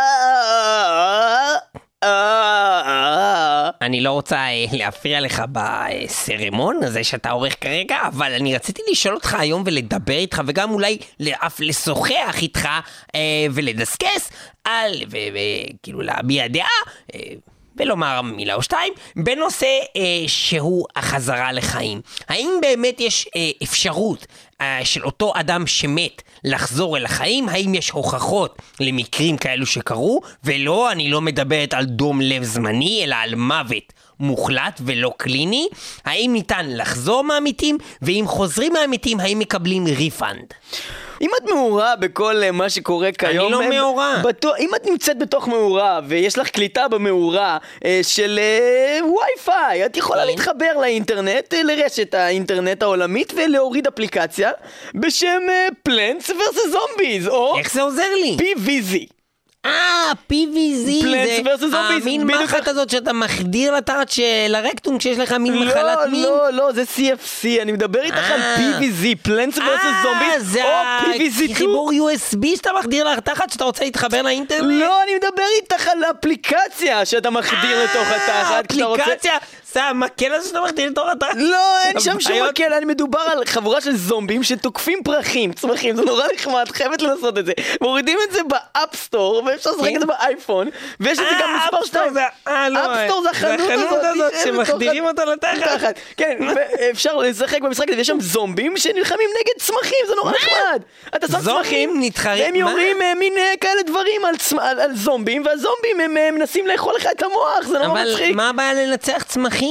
Speaker 2: אני לא רוצה להפריע לך בסרמון הזה שאתה עורך כרגע, אבל אני רציתי לשאול אותך היום ולדבר איתך, וגם אולי אף לשוחח איתך ולדסקס על, וכאילו להביע דעה ולומר מילה או שתיים בנושא שהוא החזרה לחיים. האם באמת יש אפשרות של אותו אדם שמת לחזור אל החיים? האם יש הוכחות למקרים כאלו שקרו? ולא, אני לא מדברת על דום לב זמני, אלא על מוות מוחלט ולא קליני. האם ניתן לחזור מהמתים? ואם חוזרים מהמתים, האם מקבלים ריפנד?
Speaker 1: אם את מאורה בכל מה שקורה כיום...
Speaker 2: אני לא מאורה.
Speaker 1: בתו... אם את נמצאת בתוך מאורה ויש לך קליטה במאורה אה, של אה, וי-פיי, את יכולה להתחבר לאינטרנט, אה, לרשת האינטרנט העולמית, ולהוריד אפליקציה בשם אה, Plants versus Zombies, או...
Speaker 2: איך זה עוזר לי?
Speaker 1: פי וי זי.
Speaker 2: אה, פי וי זי
Speaker 1: Plants versus
Speaker 2: זה
Speaker 1: Zombies.
Speaker 2: המין מחט הזאת שאתה מחדיר לתחת של הרקטום כשיש לך מין מחלת מין?
Speaker 1: לא, לא, זה סי אף סי, אני מדבר איתך על פי וי זי, Plants versus Zombies,
Speaker 2: זה
Speaker 1: או פי וי זי שתיים.
Speaker 2: חיבור יו אס בי שאתה מחדיר לתחת שאתה רוצה להתחבר לאינטרנט?
Speaker 1: לא, אני מדבר איתך על האפליקציה שאתה מחדיר לתוך התחת.
Speaker 2: אפליקציה? זה המקל הזה שאתה מחדיר לתוך התחת?
Speaker 1: לא, אין שם שום מקל, אני מדובר על חבורה של זומבים שתוקפים פרחים, צמחים, זה נורא נחמד, חייבת לנסות את זה. מורידים את זה באפסטור, ואפשר לשחק את זה באייפון, ויש את זה גם מספר שתיים. אפסטור זה החנות הזאת
Speaker 2: שמחדירים אותה לתחת.
Speaker 1: כן, אפשר לשחק במשחק הזה, ויש שם זומבים שנלחמים נגד צמחים, זה נורא נחמד. אתה שם צמחים, והם יורים מין כאלה דברים על זומבים, והזומבים הם מנסים לאכול לך את המוח, זה נורא מצחיק.
Speaker 2: אבל מה הבעיה לנצח צמחים?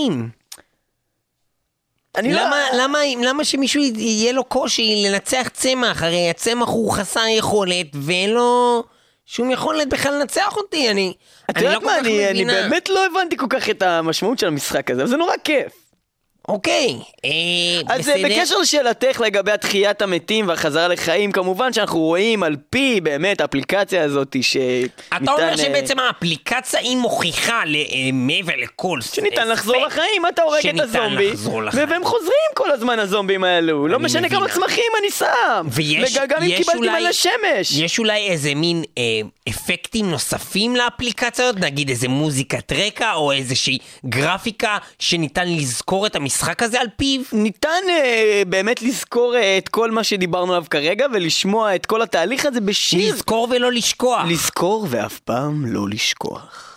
Speaker 2: למה, למה, למה שמישהו יהיה לו קושי לנצח צמח? הרי הצמח הוא חסר יכולת ואין לו שום יכולת בכלל לנצח אותי. אני, אני לא כל כך מבינה.
Speaker 1: אני באמת לא הבנתי כל כך את המשמעות של המשחק הזה, אבל זה נורא כיף.
Speaker 2: אוקיי,
Speaker 1: אז בסדר. בקשר לשאלתך לגבי התחיית המתים והחזרה לחיים, כמובן שאנחנו רואים על פי באמת האפליקציה הזאת שניתן...
Speaker 2: אתה אומר שבעצם האפליקציה היא מוכיחה מעבר לכל...
Speaker 1: שניתן לחזור לחיים, אתה הורג את הזומבי, והם חוזרים כל הזמן הזומבים האלו, לא משנה כמה צמחים אני שם, וגם אם קיבלתי מלא שמש.
Speaker 2: יש אולי איזה מין אפקטים נוספים לאפליקציה הזאת, נגיד איזה מוזיקת רקע או איזושהי גרפיקה שניתן לזכור את המשחק משחק הזה על פיו?
Speaker 1: ניתן אה, באמת לזכור אה, את כל מה שדיברנו עליו כרגע ולשמוע את כל התהליך הזה בשיר.
Speaker 2: לזכור ולא לשכוח.
Speaker 1: לזכור ואף פעם לא לשכוח.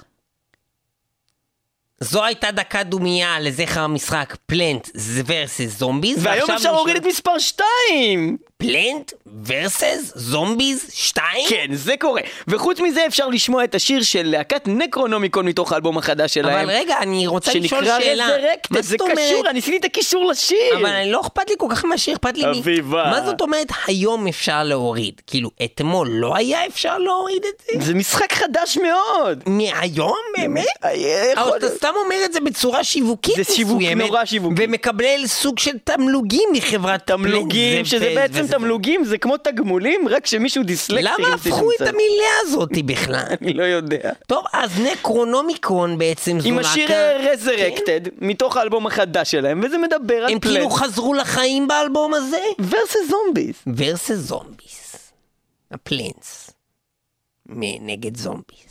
Speaker 2: זו הייתה דקה דומייה לזכר המשחק פלנט ורסס זומביז.
Speaker 1: והיום אפשר להוריד את מספר שתיים.
Speaker 2: פלנט ורסס זומביז שתיים?
Speaker 1: כן, זה קורה. וחוץ מזה אפשר לשמוע את השיר של להקת נקרונומיקון מתוך האלבום החדש שלהם.
Speaker 2: אבל רגע, אני רוצה לשאול שאלה.
Speaker 1: שנקרא רזרקטד, זה קשור, אני עשיתי את הקישור לשיר.
Speaker 2: אבל אני לא אכפת לי כל כך מהשיר, אכפת לי מי.
Speaker 1: אביבה.
Speaker 2: מה זאת אומרת היום אפשר להוריד? כאילו, אתמול לא היה אפשר להוריד את זה?
Speaker 1: זה משחק חדש מאוד.
Speaker 2: מהיום באמת? אבל אתה סתם אומר את זה בצורה שיווקית מסוימת.
Speaker 1: זה שיווק נורא שיווקי.
Speaker 2: ומקבל סוג של תמלוגים מחברת
Speaker 1: תמלוגים, שזה בעצם תמלוגים, זה כמו תגמולים, רק שמישהו דיסלקטי.
Speaker 2: למה הפכו את המילה הזאת בכלל?
Speaker 1: אני לא יודע.
Speaker 2: טוב, אז נקרונומיקון בעצם זו
Speaker 1: עם השיר רזרקטד, מתוך האלבום החדש שלהם, וזה מדבר על
Speaker 2: הם כאילו חזרו לחיים באלבום הזה?
Speaker 1: ורסס זומביס.
Speaker 2: ורסס זומביס. הפלנס. נגד זומביס.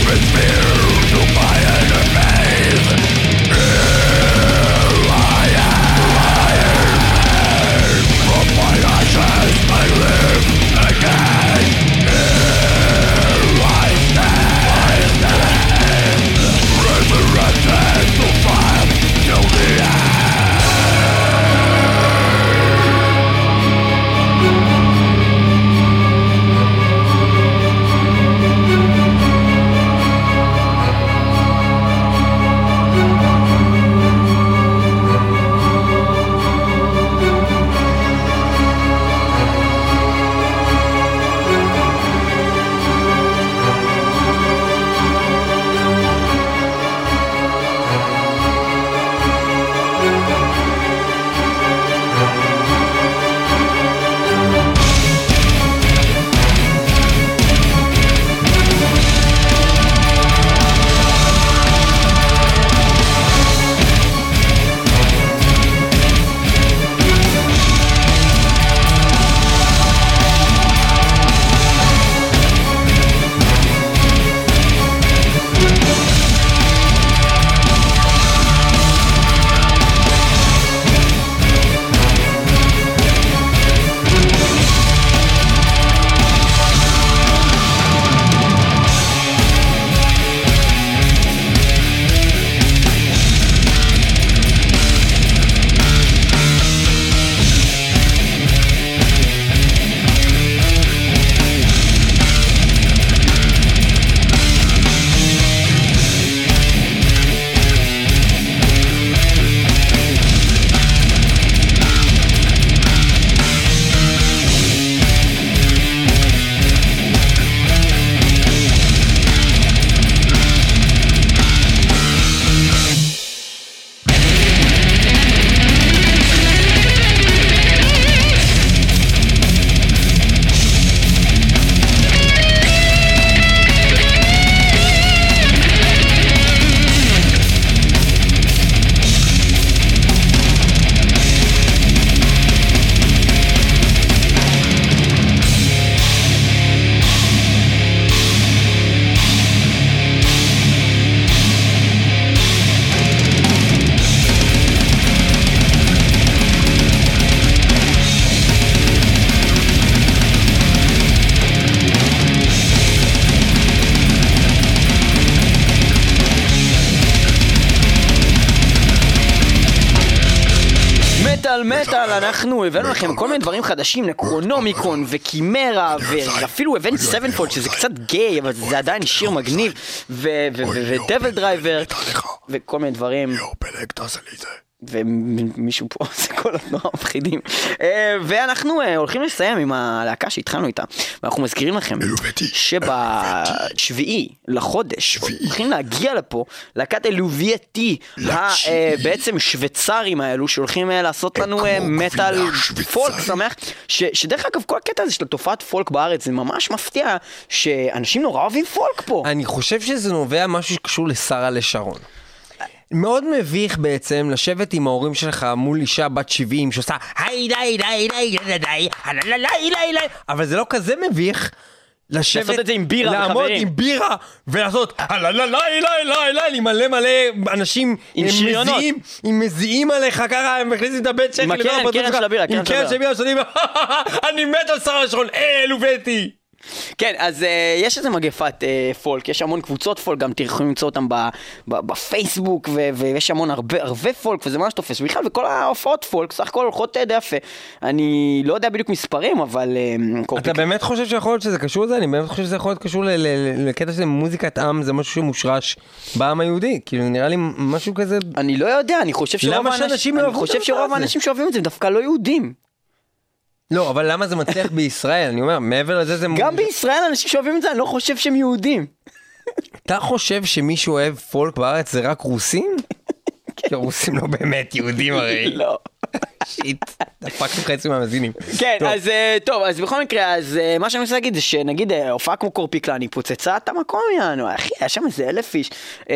Speaker 1: מטל מטל, אנחנו הבאנו לכם כל מיני דברים חדשים, נקרונומיקון וקימרה, ואפילו הבאנו סבנפולד שזה קצת גיי, אבל זה עדיין שיר מגניב, ודבל דרייבר, וכל מיני דברים.
Speaker 3: יו, פלג, תעשה לי את זה.
Speaker 1: ומישהו פה עושה כל התנועה מפחידים. ואנחנו הולכים לסיים עם הלהקה שהתחלנו איתה, ואנחנו מזכירים לכם שבשביעי לחודש הולכים להגיע לפה להקת אלובייטי, בעצם שוויצרים האלו שהולכים לעשות לנו מטל פולק שמח, שדרך אגב כל הקטע הזה של התופעת פולק בארץ זה ממש מפתיע שאנשים נורא אוהבים פולק פה.
Speaker 6: אני חושב שזה נובע משהו שקשור לשרה לשרון. מאוד מביך בעצם לשבת עם ההורים שלך מול אישה בת שבעים שעושה היי די די די די די די די, אבל זה לא כזה מביך לשבת,
Speaker 1: לעשות את זה עם בירה
Speaker 6: לעמוד עם בירה ולעשות עם מלא מלא אנשים עם מזיעים עם מזיעים עליך ככה, הם מכניסים את הבית שלי
Speaker 1: עם הקרן של הבירה,
Speaker 6: עם קרן של הבירה שונים, אני מת על שרה לשרון, אה אלובייטי.
Speaker 1: כן, אז uh, יש איזה מגפת uh, פולק, יש המון קבוצות פולק, גם תרחו למצוא אותם בפייסבוק, ו- ויש המון הרבה, הרבה פולק, וזה ממש תופס, בכלל, וכל ההופעות פולק, סך הכל הולכות די יפה. אני לא יודע בדיוק מספרים, אבל... Uh,
Speaker 6: אתה באמת חושב שיכול להיות שזה קשור לזה? אני באמת חושב שזה יכול להיות קשור לקטע של מוזיקת עם, זה משהו שמושרש בעם היהודי, כאילו נראה לי משהו כזה...
Speaker 1: אני לא יודע, אני חושב שרוב האנשים, אני חושב שרוב האנשים שאוהבים את זה דווקא לא יהודים.
Speaker 6: לא, אבל למה זה מצליח בישראל? אני אומר, מעבר לזה זה...
Speaker 1: גם בישראל אנשים שאוהבים את זה, אני לא חושב שהם יהודים.
Speaker 6: אתה חושב שמישהו אוהב פולק בארץ זה רק רוסים? כי הרוסים לא באמת יהודים הרי.
Speaker 1: לא.
Speaker 6: שיט, דפקנו חצי מהמזינים.
Speaker 1: כן, אז טוב, אז בכל מקרה, אז מה שאני רוצה להגיד זה שנגיד הופעה כמו קורפיקלני פוצצה את המקום יענו, אחי, היה שם איזה אלף איש.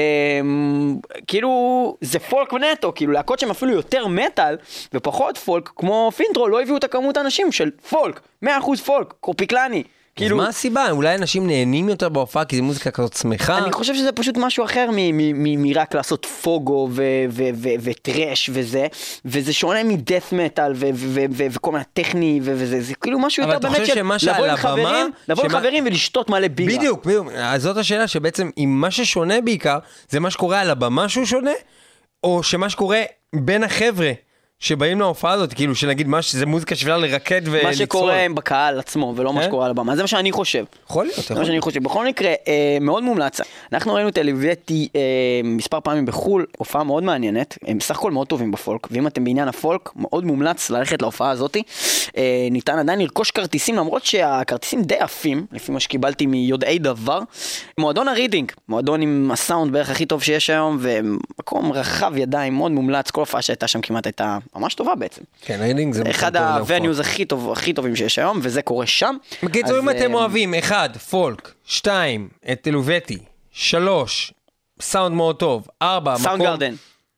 Speaker 1: כאילו, זה פולק נטו, כאילו להקות שהם אפילו יותר מטל ופחות פולק, כמו פינטרו, לא הביאו את הכמות האנשים של פולק, מאה אחוז פולק, קורפיקלני.
Speaker 6: כאילו... מה הסיבה? אולי אנשים נהנים יותר בהופעה כי זו מוזיקה כזאת שמחה?
Speaker 1: אני חושב שזה פשוט משהו אחר מרק לעשות פוגו וטרש וזה, וזה שונה מדף מטל וכל מיני טכני וזה, זה כאילו משהו יותר באמת של לבוא עם חברים, לבוא עם חברים ולשתות מלא בירה.
Speaker 6: בדיוק, בדיוק. אז זאת השאלה שבעצם אם מה ששונה בעיקר, זה מה שקורה על הבמה שהוא שונה, או שמה שקורה בין החבר'ה. שבאים להופעה הזאת, כאילו שנגיד מה שזה מוזיקה שאפשר לרקד ולצרול.
Speaker 1: מה שקורה בקהל עצמו, ולא מה שקורה על הבמה. זה מה שאני חושב.
Speaker 6: יכול להיות.
Speaker 1: זה מה שאני חושב. בכל מקרה, מאוד מומלץ. אנחנו ראינו את אליבטי מספר פעמים בחול, הופעה מאוד מעניינת. הם בסך הכל מאוד טובים בפולק, ואם אתם בעניין הפולק, מאוד מומלץ ללכת להופעה הזאת. ניתן עדיין לרכוש כרטיסים, למרות שהכרטיסים די עפים, לפי מה שקיבלתי מיודעי דבר. מועדון הרידינג, מועדון עם הסאונד בערך הכי טוב שיש היום, ומקום רחב ידיים, מאוד מומלץ. כל הופעה שהייתה שם כמעט הייתה ממש טובה בעצם.
Speaker 6: כן, רידינג זה
Speaker 1: אחד הווניוז הכי טוב, הכי טובים שיש היום, וזה קורה שם.
Speaker 6: בקיצור, אם אתם אוהבים, אחד, פולק, שתיים, את אלובטי, שלוש, סאונד מאוד טוב, ארבע,
Speaker 1: סאונד גרדן.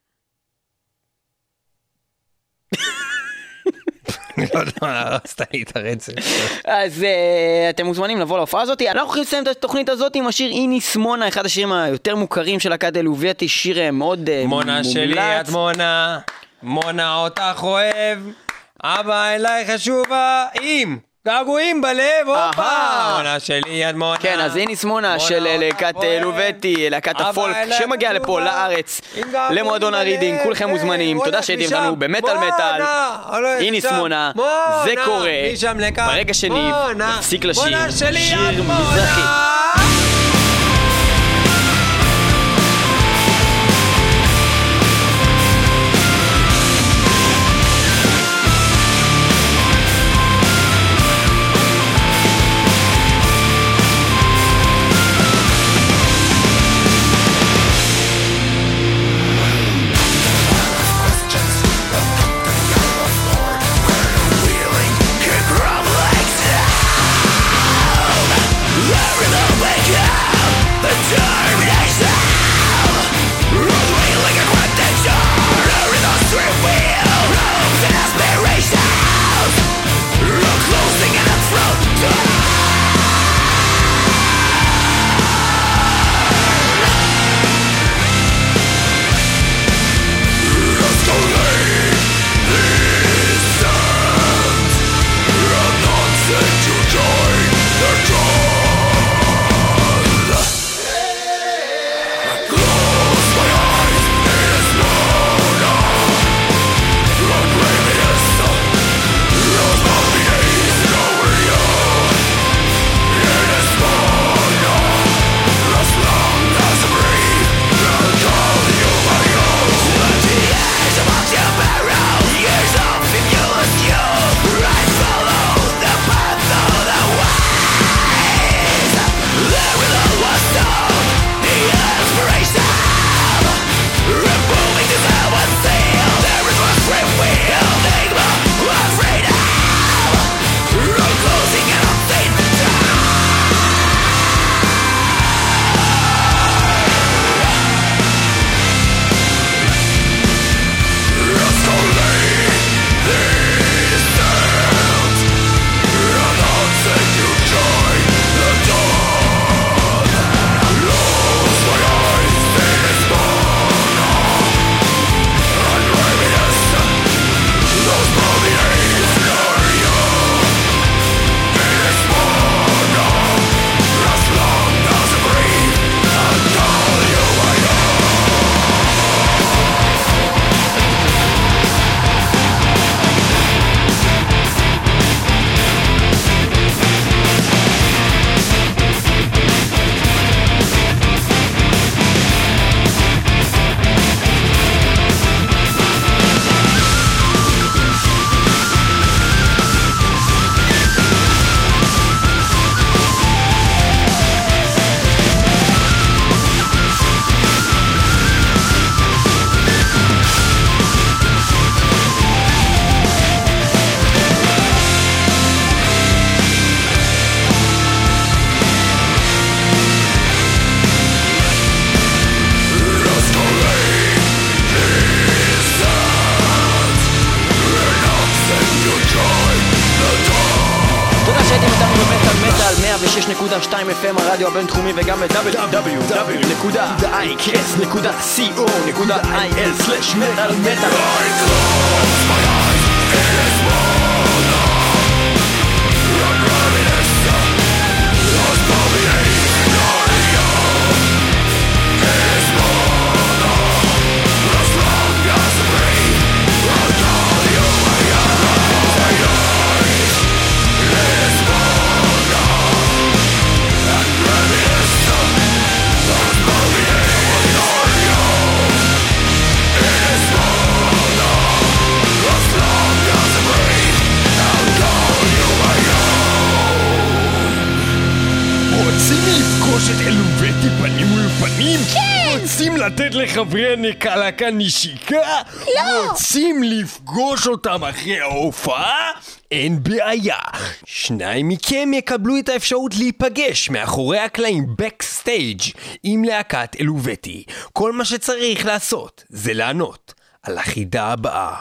Speaker 6: לא יודע, עשתה לי את הרצף.
Speaker 1: אז אתם מוזמנים לבוא להופעה הזאת. אנחנו הולכים לסיים את התוכנית הזאת עם השיר איניס מונה, אחד השירים היותר מוכרים של להקת אלובטי, שיר מאוד מומלץ.
Speaker 6: מונה שלי, את מונה. מונה אותך אוהב, אבא אליי חשובה, עם געגועים בלב, הופה, מונה שלי יד מונה.
Speaker 1: כן, אז איניס מונה של להקת אלובטי, להקת הפולק, שמגיע לפה לארץ, למועדון הרידינג, כולכם מוזמנים, תודה שהייתם איתנו במטל מטל, איניס מונה, זה קורה, ברגע שניב, נפסיק לשיר, שיר מזרחי.
Speaker 3: Every
Speaker 1: נקודה שתיים אף אם הרדיו הבינתחומי וגם ב-דאבליו דאבליו דאבליו נקודה איי קס נקודה סי או נקודה איי אל סלש מטל מטל.
Speaker 2: את אלובטי פנים מול פנים? כן! רוצים לתת לחברי נקלקה נשיקה? לא! רוצים לפגוש אותם אחרי ההופעה? אין בעיה. שניים מכם יקבלו את האפשרות להיפגש מאחורי הקלעים בקסטייג' עם להקת אלובטי. כל מה שצריך לעשות זה לענות על החידה הבאה.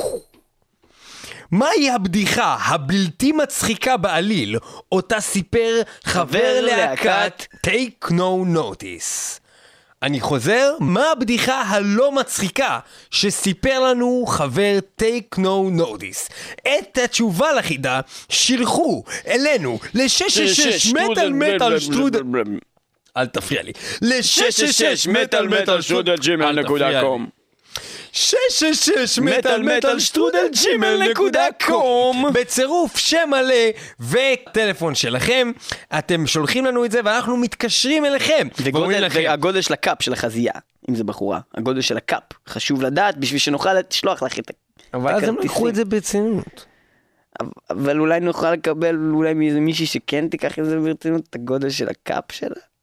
Speaker 2: מהי הבדיחה הבלתי מצחיקה בעליל אותה סיפר חבר להקת Take No Notice? אני חוזר, מה הבדיחה הלא מצחיקה שסיפר לנו חבר Take No Notice? את התשובה לחידה שילחו אלינו ל-שש שש שש מטל מטל שטרודל... אל תפריע לי. ל-שש שש שש מטל מטל שטרודל ג'ימל נקודה קום שש שש שש מטל מטל שטרודל ג'ימל נקודה קום בצירוף שם מלא וטלפון שלכם. אתם שולחים לנו את זה ואנחנו מתקשרים אליכם.
Speaker 1: והגודל של הקאפ של החזייה, אם זה בחורה, הגודל של הקאפ חשוב לדעת בשביל שנוכל לשלוח לך את הכרטיסים.
Speaker 6: אבל אז הם לקחו את זה ברצינות.
Speaker 1: אבל אולי נוכל לקבל אולי מישהי שכן תיקח את זה ברצינות, את הגודל של הקאפ שלה.